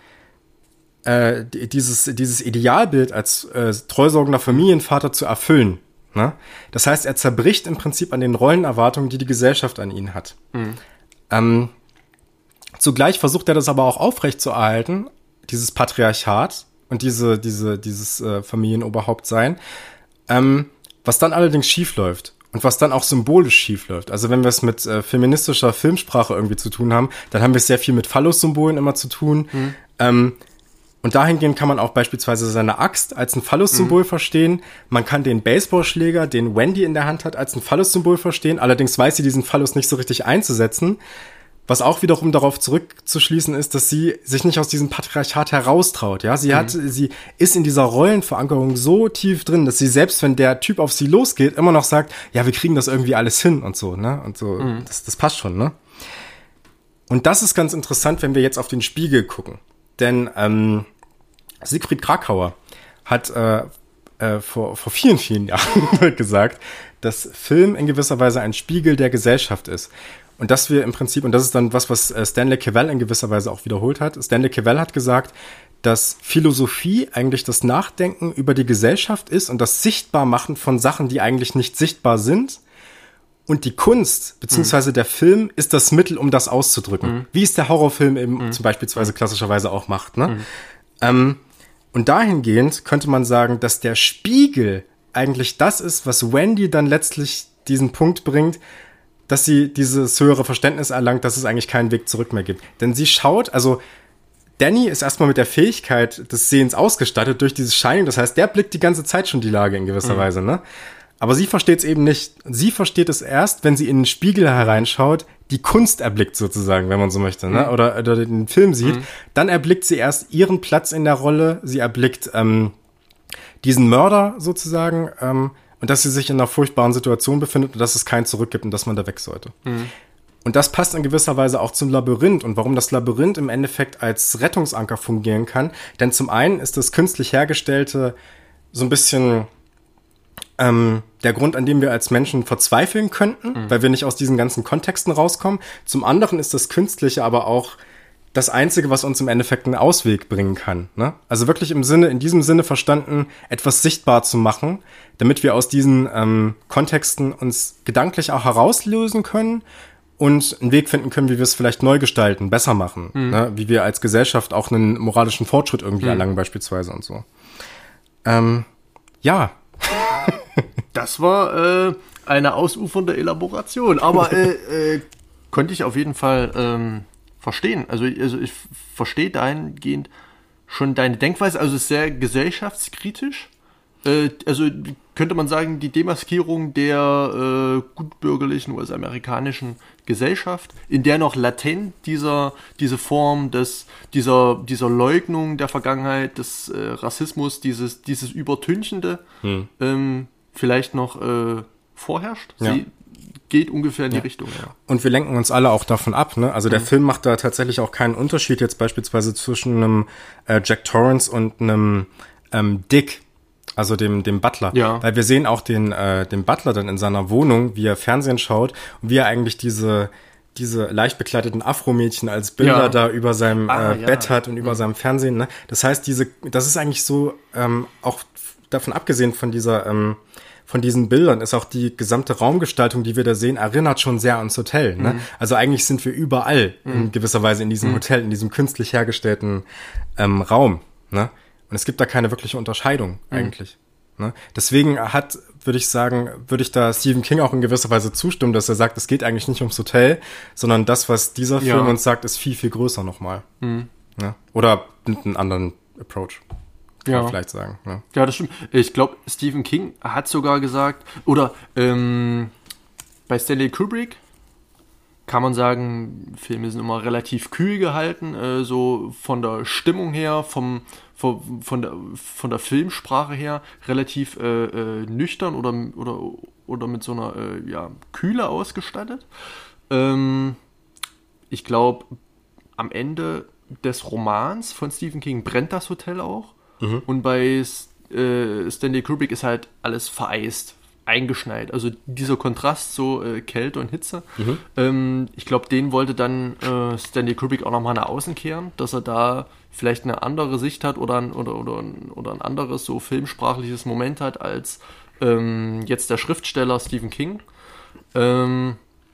äh, dieses, dieses Idealbild als äh, treusorgender Familienvater zu erfüllen, ne? Das heißt, er zerbricht im Prinzip an den Rollenerwartungen, die die Gesellschaft an ihn hat. Mhm. Ähm, zugleich versucht er das aber auch aufrechtzuerhalten, dieses Patriarchat und diese, diese, dieses äh, Familienoberhauptsein, ähm, was dann allerdings schief läuft und was dann auch symbolisch schief läuft. Also wenn wir es mit äh, feministischer Filmsprache irgendwie zu tun haben, dann haben wir es sehr viel mit Phallus-Symbolen immer zu tun. Mhm. Ähm, und dahingehend kann man auch beispielsweise seine Axt als ein Phallus-Symbol mhm. verstehen. Man kann den Baseballschläger, den Wendy in der Hand hat, als ein Phallus-Symbol verstehen. Allerdings weiß sie diesen Phallus nicht so richtig einzusetzen. Was auch wiederum darauf zurückzuschließen ist, dass sie sich nicht aus diesem Patriarchat heraustraut. Ja, sie mhm. hat, sie ist in dieser Rollenverankerung so tief drin, dass sie selbst, wenn der Typ auf sie losgeht, immer noch sagt, ja, wir kriegen das irgendwie alles hin und so, ne? Und so, mhm. das, das passt schon, ne? Und das ist ganz interessant, wenn wir jetzt auf den Spiegel gucken. Denn ähm, Siegfried Kracauer hat äh, äh, vor, vor vielen, vielen Jahren gesagt, dass Film in gewisser Weise ein Spiegel der Gesellschaft ist. Und dass wir im Prinzip, und das ist dann was, was Stanley Cavell in gewisser Weise auch wiederholt hat, Stanley Cavell hat gesagt, dass Philosophie eigentlich das Nachdenken über die Gesellschaft ist und das Sichtbarmachen von Sachen, die eigentlich nicht sichtbar sind. Und die Kunst, beziehungsweise mhm. der Film, ist das Mittel, um das auszudrücken. Mhm. Wie es der Horrorfilm eben mhm. zum beispielsweise klassischerweise auch macht. Ne? Mhm. Ähm, und dahingehend könnte man sagen, dass der Spiegel eigentlich das ist, was Wendy dann letztlich diesen Punkt bringt, dass sie dieses höhere Verständnis erlangt, dass es eigentlich keinen Weg zurück mehr gibt. Denn sie schaut, also Danny ist erstmal mit der Fähigkeit des Sehens ausgestattet durch dieses Shining. Das heißt, der blickt die ganze Zeit schon die Lage in gewisser mhm. Weise, ne? Aber sie versteht es eben nicht. Sie versteht es erst, wenn sie in den Spiegel hereinschaut, die Kunst erblickt sozusagen, wenn man so möchte, ne? Oder, oder den Film sieht. Mhm. Dann erblickt sie erst ihren Platz in der Rolle. Sie erblickt ähm, diesen Mörder sozusagen ähm, und dass sie sich in einer furchtbaren Situation befindet und dass es kein Zurück gibt und dass man da weg sollte. Mhm. Und das passt in gewisser Weise auch zum Labyrinth und warum das Labyrinth im Endeffekt als Rettungsanker fungieren kann. Denn zum einen ist das künstlich hergestellte so ein bisschen ähm, der Grund, an dem wir als Menschen verzweifeln könnten, mhm. weil wir nicht aus diesen ganzen Kontexten rauskommen. Zum anderen ist das Künstliche aber auch das Einzige, was uns im Endeffekt einen Ausweg bringen kann. Ne? Also wirklich im Sinne, in diesem Sinne verstanden, etwas sichtbar zu machen, damit wir aus diesen ähm, Kontexten uns gedanklich auch herauslösen können und einen Weg finden können, wie wir es vielleicht neu gestalten, besser machen. Mhm. Ne? Wie wir als Gesellschaft auch einen moralischen Fortschritt irgendwie mhm. erlangen beispielsweise und so. Ähm, ja. Das war äh, eine ausufernde Elaboration, aber äh, äh, konnte ich auf jeden Fall ähm, verstehen. Also, also ich verstehe dahingehend schon deine Denkweise, also es ist sehr gesellschaftskritisch. Äh, also könnte man sagen, die Demaskierung der äh, gutbürgerlichen US-amerikanischen Gesellschaft, in der noch latent dieser, diese Form des, dieser, dieser Leugnung der Vergangenheit, des äh, Rassismus, dieses, dieses Übertünchende hm. ähm, vielleicht noch äh, vorherrscht. Ja. Sie geht ungefähr in die ja. Richtung. Ja. Und wir lenken uns alle auch davon ab. Ne? Also der mhm. Film macht da tatsächlich auch keinen Unterschied jetzt beispielsweise zwischen einem äh, Jack Torrance und einem ähm, Dick. Also dem, dem Butler. Ja. Weil wir sehen auch den, äh, den Butler dann in seiner Wohnung, wie er Fernsehen schaut und wie er eigentlich diese, diese leicht bekleideten Afromädchen als Bilder Ja. da über seinem Ah, äh, ja. Bett hat und über Mhm. seinem Fernsehen. Ne? Das heißt, diese, das ist eigentlich so, ähm, auch davon abgesehen von dieser, ähm, von diesen Bildern ist auch die gesamte Raumgestaltung, die wir da sehen, erinnert schon sehr ans Hotel. Ne? Mhm. Also eigentlich sind wir überall Mhm. in gewisser Weise in diesem Mhm. Hotel, in diesem künstlich hergestellten ähm, Raum. Ne? Und es gibt da keine wirkliche Unterscheidung eigentlich. Ne? Deswegen hat, würde ich sagen, würde ich da Stephen King auch in gewisser Weise zustimmen, dass er sagt, es geht eigentlich nicht ums Hotel, sondern das, was dieser Ja. Film uns sagt, ist viel, viel größer nochmal. Mhm. Ne? Oder mit einem anderen Approach. Kann Ja. man vielleicht sagen. Ne? Ja, das stimmt. Ich glaube, Stephen King hat sogar gesagt, oder ähm, bei Stanley Kubrick kann man sagen, Filme sind immer relativ kühl gehalten, äh, so von der Stimmung her, vom, von, von, der, von der Filmsprache her, relativ äh, äh, nüchtern oder, oder, oder mit so einer äh, ja, Kühle ausgestattet. Ähm, ich glaube, am Ende des Romans von Stephen King brennt das Hotel auch. Mhm. Und bei äh, Stanley Kubrick ist halt alles vereist, eingeschneit. Also dieser Kontrast, so äh, Kälte und Hitze. Mhm. Ähm, ich glaube, den wollte dann äh, Stanley Kubrick auch nochmal nach außen kehren, dass er da vielleicht eine andere Sicht hat oder ein, oder, oder, oder ein anderes so filmsprachliches Moment hat als ähm, jetzt der Schriftsteller Stephen King. Ähm,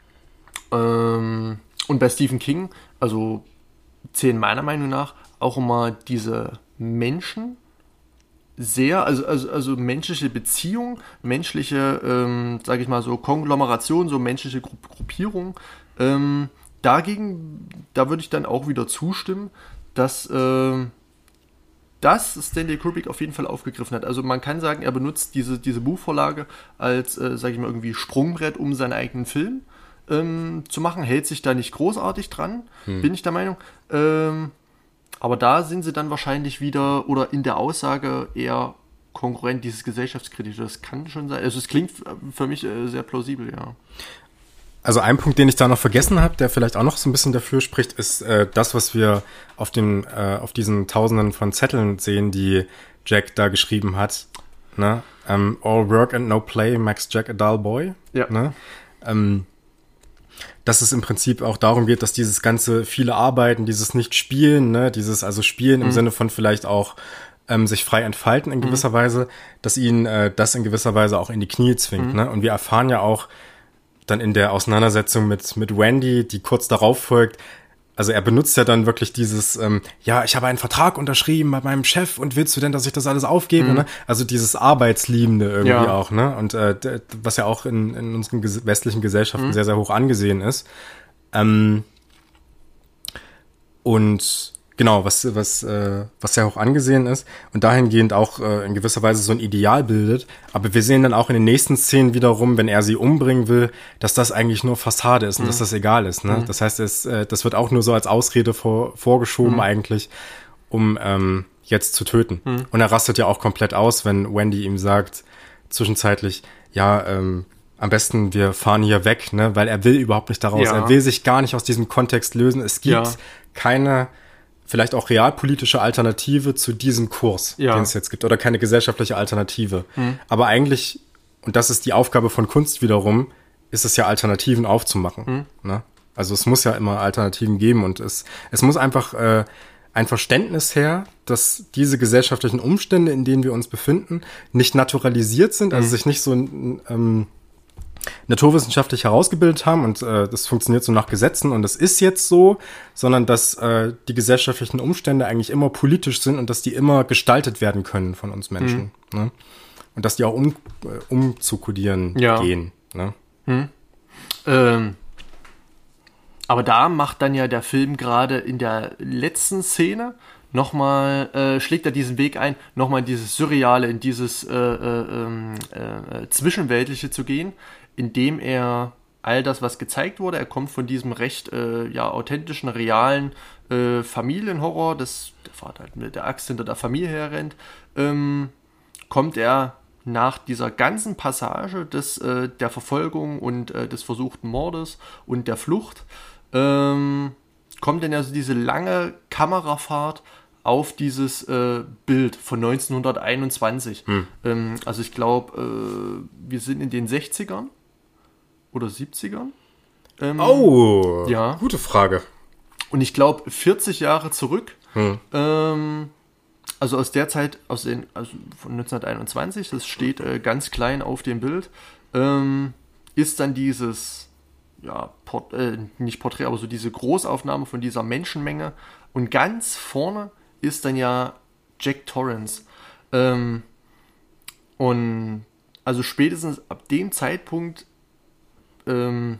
ähm, und bei Stephen King, also zählen meiner Meinung nach auch immer diese Menschen sehr, also, also, also menschliche Beziehungen, menschliche, ähm, sage ich mal so, Konglomeration, so menschliche Gru- Gruppierungen. Ähm, dagegen, da würde ich dann auch wieder zustimmen, dass ähm, das Stanley Kubrick auf jeden Fall aufgegriffen hat. Also man kann sagen, er benutzt diese, diese Buchvorlage als, äh, sage ich mal, irgendwie Sprungbrett, um seinen eigenen Film ähm, zu machen, hält sich da nicht großartig dran, Hm. bin ich der Meinung. Ähm, aber da sind sie dann wahrscheinlich wieder, oder in der Aussage eher konkurrent, dieses gesellschaftskritische. Das kann schon sein. Also es klingt für mich äh, sehr plausibel, ja. Also ein Punkt, den ich da noch vergessen habe, der vielleicht auch noch so ein bisschen dafür spricht, ist äh, das, was wir auf dem, äh, auf diesen Tausenden von Zetteln sehen, die Jack da geschrieben hat. Ne? Um, All work and no play makes Jack a dull boy. Ja. Ne? Ähm, dass es im Prinzip auch darum geht, dass dieses ganze viele Arbeiten, dieses Nicht-Spielen, ne, dieses also Spielen im Mhm. Sinne von vielleicht auch ähm, sich frei entfalten in gewisser Mhm. Weise, dass ihn äh, das in gewisser Weise auch in die Knie zwingt. Mhm. Ne? Und wir erfahren ja auch dann in der Auseinandersetzung mit mit Wendy, die kurz darauf folgt, also er benutzt ja dann wirklich dieses, ähm, ja, ich habe einen Vertrag unterschrieben bei meinem Chef und willst du denn, dass ich das alles aufgebe? Mhm. Ne? Also dieses Arbeitsliebende irgendwie Ja. auch, ne? Und äh, d- was ja auch in, in unseren ges- westlichen Gesellschaften Mhm. sehr, sehr hoch angesehen ist. Ähm, und genau, was, was, äh, was sehr hoch angesehen ist und dahingehend auch äh, in gewisser Weise so ein Ideal bildet. Aber wir sehen dann auch in den nächsten Szenen wiederum, wenn er sie umbringen will, dass das eigentlich nur Fassade ist und Mhm. dass das egal ist. Ne? Mhm. Das heißt, es, äh, das wird auch nur so als Ausrede vor, vorgeschoben Mhm. eigentlich, um ähm, jetzt zu töten. Mhm. Und er rastet ja auch komplett aus, wenn Wendy ihm sagt, zwischenzeitlich, ja, ähm, am besten wir fahren hier weg, ne? Weil er will überhaupt nicht daraus. Ja. Er will sich gar nicht aus diesem Kontext lösen. Es gibt Ja. keine vielleicht auch realpolitische Alternative zu diesem Kurs, Ja. den es jetzt gibt, oder keine gesellschaftliche Alternative. Mhm. Aber eigentlich, und das ist die Aufgabe von Kunst wiederum, ist es ja Alternativen aufzumachen. Mhm. Ne? Also es muss ja immer Alternativen geben und es, es muss einfach äh, ein Verständnis her, dass diese gesellschaftlichen Umstände, in denen wir uns befinden, nicht naturalisiert sind, also Mhm. sich nicht so ähm, naturwissenschaftlich herausgebildet haben und äh, das funktioniert so nach Gesetzen und das ist jetzt so, sondern dass äh, die gesellschaftlichen Umstände eigentlich immer politisch sind und dass die immer gestaltet werden können von uns Menschen. Mhm. Ne? Und dass die auch um, äh, umzukodieren Ja. gehen. Ne? Hm. Ähm, aber da macht dann ja der Film gerade in der letzten Szene nochmal, äh, schlägt er diesen Weg ein, nochmal in dieses Surreale, in dieses äh, äh, ähm, äh, Zwischenweltliche zu gehen, indem er all das, was gezeigt wurde, er kommt von diesem recht äh, ja, authentischen, realen äh, Familienhorror, das der Vater halt mit der Axt hinter der Familie herrennt, ähm, kommt er nach dieser ganzen Passage des, äh, der Verfolgung und äh, des versuchten Mordes und der Flucht, ähm, kommt dann also diese lange Kamerafahrt auf dieses äh, Bild von neunzehnhunderteinundzwanzig. Hm. Ähm, also ich glaube, äh, wir sind in den sechzigern oder siebzigern. Ähm, Oh, ja. Gute Frage. Und ich glaube, vierzig Jahre zurück, Hm. ähm, also aus der Zeit, aus den, also von neunzehnhunderteinundzwanzig, das steht äh, ganz klein auf dem Bild, ähm, ist dann dieses, ja, Port, äh, nicht Porträt, aber so diese Großaufnahme von dieser Menschenmenge. Und ganz vorne ist dann ja Jack Torrance. Ähm, und also spätestens ab dem Zeitpunkt ähm,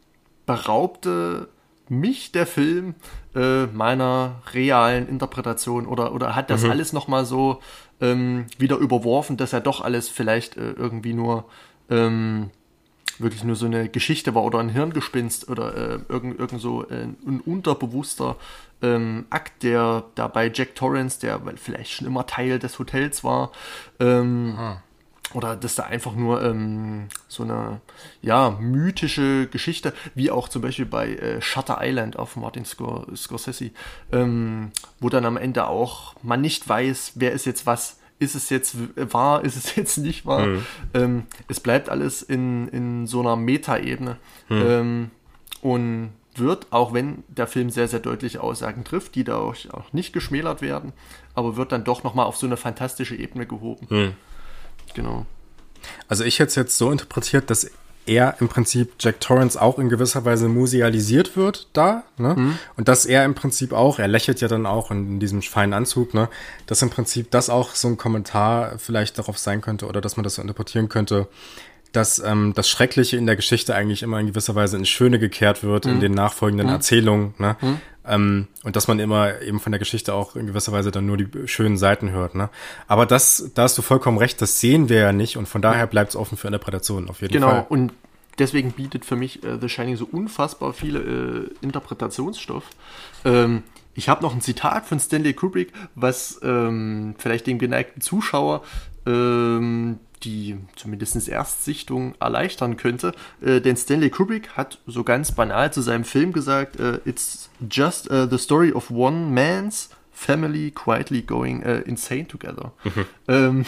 beraubte mich der Film äh, meiner realen Interpretation oder, oder hat das Mhm. alles nochmal so ähm, wieder überworfen, dass ja doch alles vielleicht äh, irgendwie nur ähm, wirklich nur so eine Geschichte war oder ein Hirngespinst oder äh, irgend, irgend so äh, ein unterbewusster ähm, Akt, der da bei Jack Torrance, der vielleicht schon immer Teil des Hotels war, ähm, oder dass da einfach nur ähm, so eine ja, mythische Geschichte, wie auch zum Beispiel bei äh, Shutter Island auf Martin Scor- Scorsese, ähm, wo dann am Ende auch man nicht weiß, wer ist jetzt was, ist es jetzt wahr, ist es jetzt nicht wahr. Mhm. Ähm, es bleibt alles in, in so einer Meta-Ebene Mhm. ähm, und wird, auch wenn der Film sehr, sehr deutliche Aussagen trifft, die da auch, auch nicht geschmälert werden, aber wird dann doch nochmal auf so eine fantastische Ebene gehoben. Mhm. Genau. Also ich hätte es jetzt so interpretiert, dass er im Prinzip Jack Torrance auch in gewisser Weise musealisiert wird da, ne? Mhm. Und dass er im Prinzip auch, er lächelt ja dann auch in, in diesem feinen Anzug, ne? Dass im Prinzip das auch so ein Kommentar vielleicht darauf sein könnte oder dass man das so interpretieren könnte, dass ähm, das Schreckliche in der Geschichte eigentlich immer in gewisser Weise ins Schöne gekehrt wird, in den nachfolgenden Erzählungen, ne? Ähm, und dass man immer eben von der Geschichte auch in gewisser Weise dann nur die schönen Seiten hört, ne? Aber das, da hast du vollkommen recht, das sehen wir ja nicht und von daher bleibt es offen für Interpretationen, auf jeden Genau, Fall. und deswegen bietet für mich äh, The Shining so unfassbar viele äh, Interpretationsstoff. Ähm, ich habe noch ein Zitat von Stanley Kubrick, was ähm, vielleicht dem geneigten Zuschauer ähm, die zumindest Erstsichtung erleichtern könnte. Äh, denn Stanley Kubrick hat so ganz banal zu seinem Film gesagt, äh, it's just uh, the story of one man's family quietly going uh, insane together. Mhm. Ähm,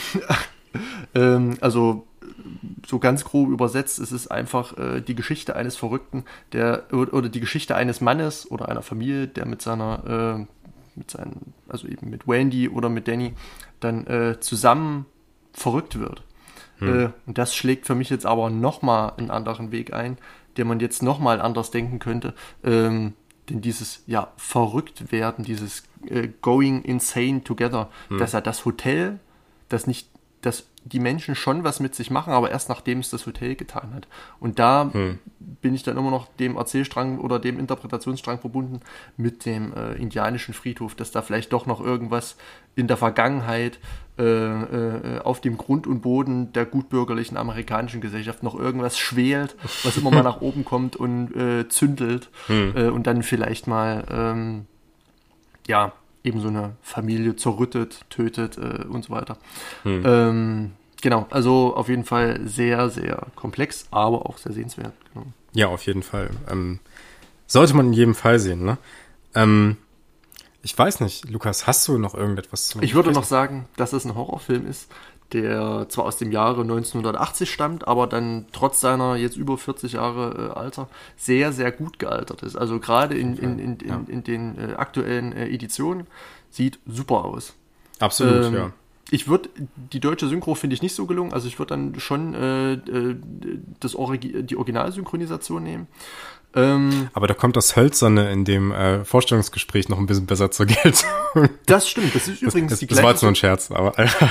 ähm, also so ganz grob übersetzt, es ist einfach äh, die Geschichte eines Verrückten, der oder die Geschichte eines Mannes oder einer Familie, der mit seiner, äh, mit seinen, also eben mit Wendy oder mit Danny dann äh, zusammen verrückt wird. Hm. Äh, und das schlägt für mich jetzt aber nochmal einen anderen Weg ein, den man jetzt nochmal anders denken könnte. Ähm, denn dieses, ja, verrückt werden, dieses äh, going insane together, hm. dass er das Hotel, das nicht, dass die Menschen schon was mit sich machen, aber erst nachdem es das Hotel getan hat. Und da hm. bin ich dann immer noch dem Erzählstrang oder dem Interpretationsstrang verbunden mit dem äh, indianischen Friedhof, dass da vielleicht doch noch irgendwas in der Vergangenheit äh, äh, auf dem Grund und Boden der gutbürgerlichen amerikanischen Gesellschaft noch irgendwas schwelt, was immer mal nach oben kommt und äh, zündelt hm. äh, und dann vielleicht mal ähm, ja, eben so eine Familie zerrüttet, tötet äh, und so weiter. Hm. Ähm, genau, also auf jeden Fall sehr, sehr komplex, aber auch sehr sehenswert. Genau. Ja, auf jeden Fall. Ähm, sollte man in jedem Fall sehen, ne? Ähm, ich weiß nicht, Lukas, hast du noch irgendetwas zu Ich würde noch sagen, dass es ein Horrorfilm ist, der zwar aus dem Jahre neunzehnhundertachtzig stammt, aber dann trotz seiner jetzt über vierzig Jahre äh, Alter sehr, sehr gut gealtert ist. Also gerade in, in, in, in, ja. in den äh, aktuellen äh, Editionen sieht super aus. Absolut, ähm, ja. Ich würde, die deutsche Synchro finde ich nicht so gelungen, also ich würde dann schon äh, das Origi- die Originalsynchronisation nehmen. Ähm, Aber da kommt das Hölzerne in dem äh, Vorstellungsgespräch noch ein bisschen besser zur Geltung. Das stimmt, das ist übrigens das, die das, das war jetzt nur ein Scherz, aber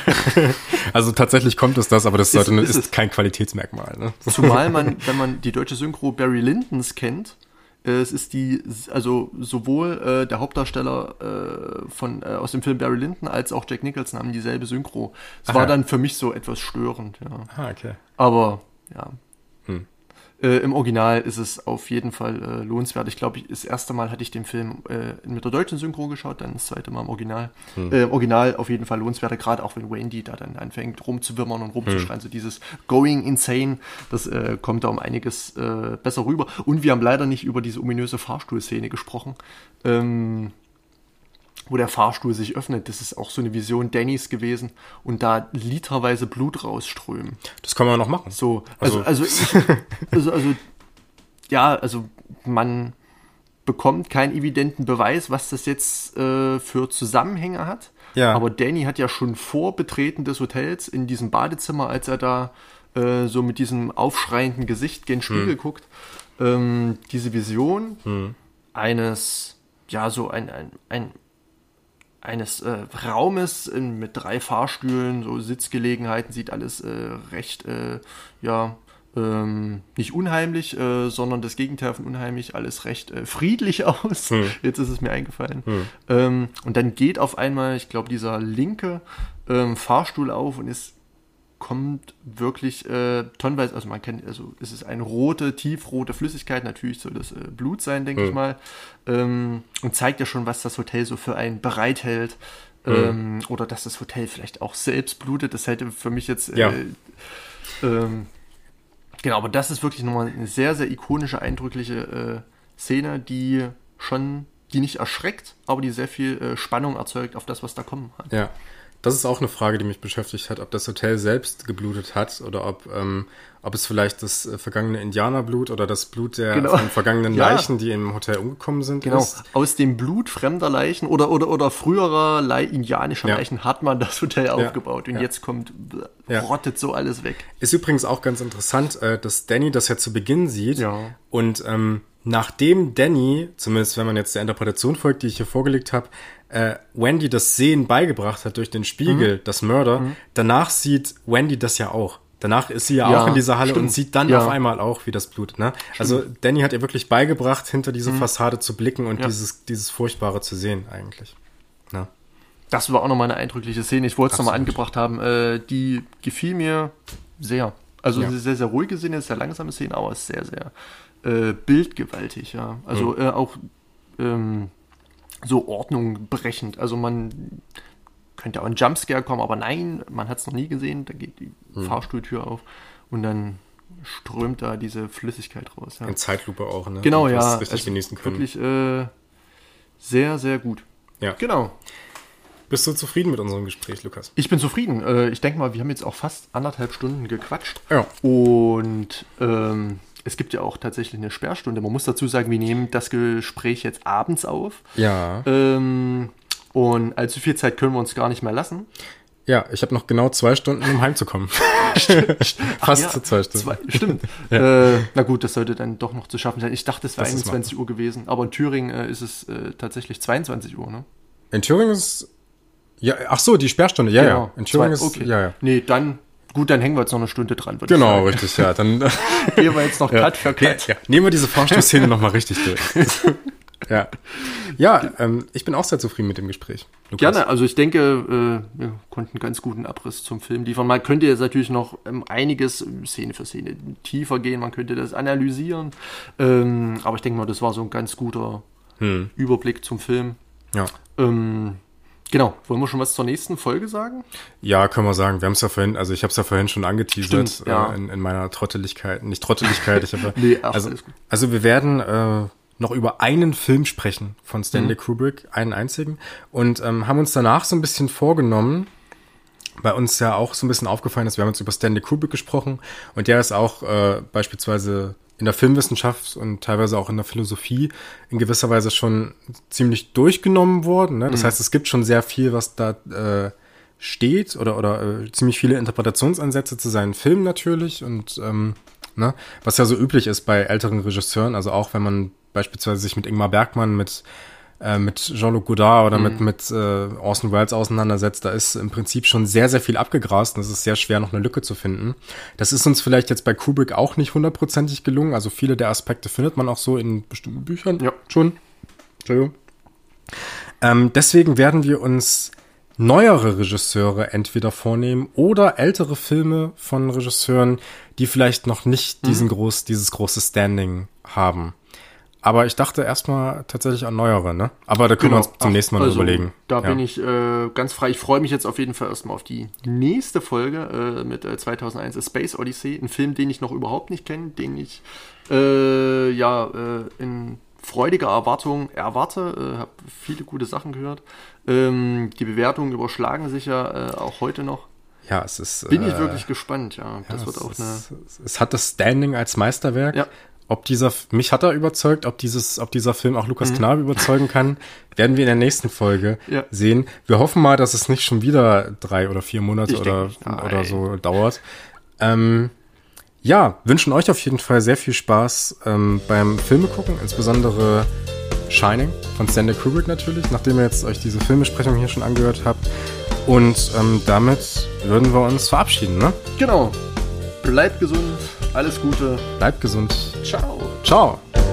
also tatsächlich kommt es das, aber das sollte, ist, ist, ist kein Qualitätsmerkmal. Ne? Zumal man, wenn man die deutsche Synchro Barry Lyndons kennt, äh, es ist die, also sowohl äh, der Hauptdarsteller äh, von äh, aus dem Film Barry Lyndon als auch Jack Nicholson haben dieselbe Synchro. Es war dann für mich so etwas störend, ja. Ah, okay. Aber ja. Hm. Äh, Im Original ist es auf jeden Fall äh, lohnenswert. Ich glaube, das erste Mal hatte ich den Film äh, mit der deutschen Synchro geschaut, dann das zweite Mal im Original. Hm. Äh, Im Original auf jeden Fall lohnenswerter, gerade auch wenn Wendy da dann anfängt rumzuwimmern und rumzuschreien. Hm. So dieses Going Insane, das äh, kommt da um einiges äh, besser rüber. Und wir haben leider nicht über diese ominöse Fahrstuhlszene gesprochen. Ähm, wo der Fahrstuhl sich öffnet, das ist auch so eine Vision Dannys gewesen und da literweise Blut rausströmen. Das kann man noch machen. So, also, also, also, ich, also, also, ja, also man bekommt keinen evidenten Beweis, was das jetzt äh, für Zusammenhänge hat. Ja. Aber Danny hat ja schon vor Betreten des Hotels in diesem Badezimmer, als er da äh, so mit diesem aufschreienden Gesicht gen Spiegel hm. guckt, ähm, diese Vision hm. eines, ja, so ein, ein, ein eines äh, Raumes in, mit drei Fahrstühlen, so Sitzgelegenheiten, sieht alles äh, recht, äh, ja, ähm, nicht unheimlich, äh, sondern das Gegenteil von unheimlich, alles recht äh, friedlich aus. Hm. Jetzt ist es mir eingefallen. Hm. Ähm, und dann geht auf einmal, ich glaube, dieser linke ähm, Fahrstuhl auf und es kommt wirklich äh, tonnenweise, also man kennt, also es ist eine rote, tiefrote Flüssigkeit, natürlich soll das äh, Blut sein, denke hm. ich mal, ähm, und zeigt ja schon, was das Hotel so für einen bereithält, hm. ähm, oder dass das Hotel vielleicht auch selbst blutet, das hätte für mich jetzt, äh, ja. ähm, genau, aber das ist wirklich nochmal eine sehr, sehr ikonische, eindrückliche äh, Szene, die schon, die nicht erschreckt, aber die sehr viel äh, Spannung erzeugt auf das, was da kommen hat. Ja. Das ist auch eine Frage, die mich beschäftigt hat, ob das Hotel selbst geblutet hat oder ob, ähm, ob es vielleicht das äh, vergangene Indianerblut oder das Blut der genau. von vergangenen ja. Leichen, die im Hotel umgekommen sind, genau. ist. Aus dem Blut fremder Leichen oder, oder, oder früherer Le- indianischer ja. Leichen hat man das Hotel ja. aufgebaut und ja. jetzt kommt, ja. rottet so alles weg. Ist übrigens auch ganz interessant, äh, dass Danny das ja zu Beginn sieht ja. und ähm, nachdem Danny, zumindest wenn man jetzt der Interpretation folgt, die ich hier vorgelegt habe, äh, Wendy das Sehen beigebracht hat durch den Spiegel, mhm. das Murder, mhm. danach sieht Wendy das ja auch. Danach ist sie ja, ja auch in dieser Halle stimmt. und sieht dann ja. auf einmal auch, wie das Blut, ne? Also Danny hat ihr wirklich beigebracht, hinter diese mhm. Fassade zu blicken und ja. dieses, dieses Furchtbare zu sehen eigentlich. Na? Das war auch nochmal eine eindrückliche Szene. Ich wollte es nochmal angebracht haben. Äh, die gefiel mir sehr. Also ja. sehr, sehr ruhige Szene, sehr langsame Szene, aber ist sehr, sehr äh, bildgewaltig, ja. Also mhm. äh, auch ähm, so Ordnung brechend. Also man könnte auch ein Jumpscare kommen, aber nein, man hat es noch nie gesehen. Da geht die hm. Fahrstuhltür auf und dann strömt da diese Flüssigkeit raus. Ja. In Zeitlupe auch, ne? Genau, ja. Das richtig genießen können. Wirklich äh, sehr, sehr gut. Ja. Genau. Bist du zufrieden mit unserem Gespräch, Lukas? Ich bin zufrieden. Äh, ich denke mal, wir haben jetzt auch fast anderthalb Stunden gequatscht. Ja. Und ähm, es gibt ja auch tatsächlich eine Sperrstunde. Man muss dazu sagen, wir nehmen das Gespräch jetzt abends auf. Ja. Ähm, und allzu viel Zeit können wir uns gar nicht mehr lassen. Ja, ich habe noch genau zwei Stunden, um heimzukommen. Fast ja, zu zwei Stunden. Zwei, stimmt. ja. äh, na gut, das sollte dann doch noch zu schaffen sein. Ich dachte, es wäre einundzwanzig Uhr gewesen, aber in Thüringen äh, ist es äh, tatsächlich zweiundzwanzig Uhr, ne? In Thüringen ist ja, ach so, die Sperrstunde, ja, genau. ja. In Thüringen Zwei, ist, okay. ja, ja. Nee, dann, gut, dann hängen wir jetzt noch eine Stunde dran, würde genau, ich sagen. richtig, ja. Dann gehen wir jetzt noch ja. Cut für Cut. Ja, ja. Nehmen wir diese Fahrstuhlszene nochmal richtig durch. ja, ja ähm, ich bin auch sehr zufrieden mit dem Gespräch. Lukas. Gerne, also ich denke, äh, wir konnten einen ganz guten Abriss zum Film liefern. Man könnte jetzt natürlich noch ähm, einiges Szene für Szene tiefer gehen, man könnte das analysieren, ähm, aber ich denke mal, das war so ein ganz guter hm. Überblick zum Film. Ja. Ähm, Genau, wollen wir schon was zur nächsten Folge sagen? Ja, können wir sagen. Wir haben es ja vorhin, also ich habe es ja vorhin schon angeteasert. Stimmt, ja. äh, in, in meiner Trotteligkeit, nicht Trotteligkeit, ich habe nee, ach, also, also wir werden äh, noch über einen Film sprechen von Stanley mhm. Kubrick, einen einzigen, und ähm, haben uns danach so ein bisschen vorgenommen, bei uns ja auch so ein bisschen aufgefallen ist, wir haben uns über Stanley Kubrick gesprochen und der ist auch äh, beispielsweise in der Filmwissenschaft und teilweise auch in der Philosophie in gewisser Weise schon ziemlich durchgenommen worden. Ne? Das mhm. heißt, es gibt schon sehr viel, was da äh, steht oder oder äh, ziemlich viele Interpretationsansätze zu seinen Filmen natürlich und ähm, ne? was ja so üblich ist bei älteren Regisseuren, also auch wenn man beispielsweise sich mit Ingmar Bergman, mit äh, mit Jean-Luc Godard oder mhm. mit mit äh, Orson Welles auseinandersetzt, da ist im Prinzip schon sehr, sehr viel abgegrast und es ist sehr schwer, noch eine Lücke zu finden. Das ist uns vielleicht jetzt bei Kubrick auch nicht hundertprozentig gelungen, also viele der Aspekte findet man auch so in bestimmten Büchern ja. schon. Entschuldigung. Ähm, deswegen werden wir uns neuere Regisseure entweder vornehmen oder ältere Filme von Regisseuren, die vielleicht noch nicht mhm. diesen groß, dieses große Standing haben. Aber ich dachte erstmal tatsächlich an neuere, ne? Aber da können genau. wir uns zum Ach, nächsten Mal also, überlegen. Da ja. bin ich äh, ganz frei. Ich freue mich jetzt auf jeden Fall erstmal auf die nächste Folge äh, mit äh, zweitausendeins A Space Odyssey. Ein Film, den ich noch überhaupt nicht kenne, den ich äh, ja äh, in freudiger Erwartung erwarte. Äh, habe viele gute Sachen gehört. Ähm, die Bewertungen überschlagen sich ja äh, auch heute noch. Ja, es ist... Bin ich äh, wirklich gespannt, ja. Das ja, wird auch es, eine... es hat das Standing als Meisterwerk. Ja. Ob dieser, mich hat er überzeugt, ob dieses, ob dieser Film auch Lukas mhm. Knabe überzeugen kann, werden wir in der nächsten Folge ja. sehen. Wir hoffen mal, dass es nicht schon wieder drei oder vier Monate oder, oder so dauert. Ähm, ja, wünschen euch auf jeden Fall sehr viel Spaß ähm, beim Filme gucken, insbesondere Shining von Stanley Kubrick natürlich, nachdem ihr jetzt euch diese Filmbesprechung hier schon angehört habt. Und ähm, damit würden wir uns verabschieden, ne? Genau. Bleibt gesund, alles Gute. Bleibt gesund. Ciao. Ciao.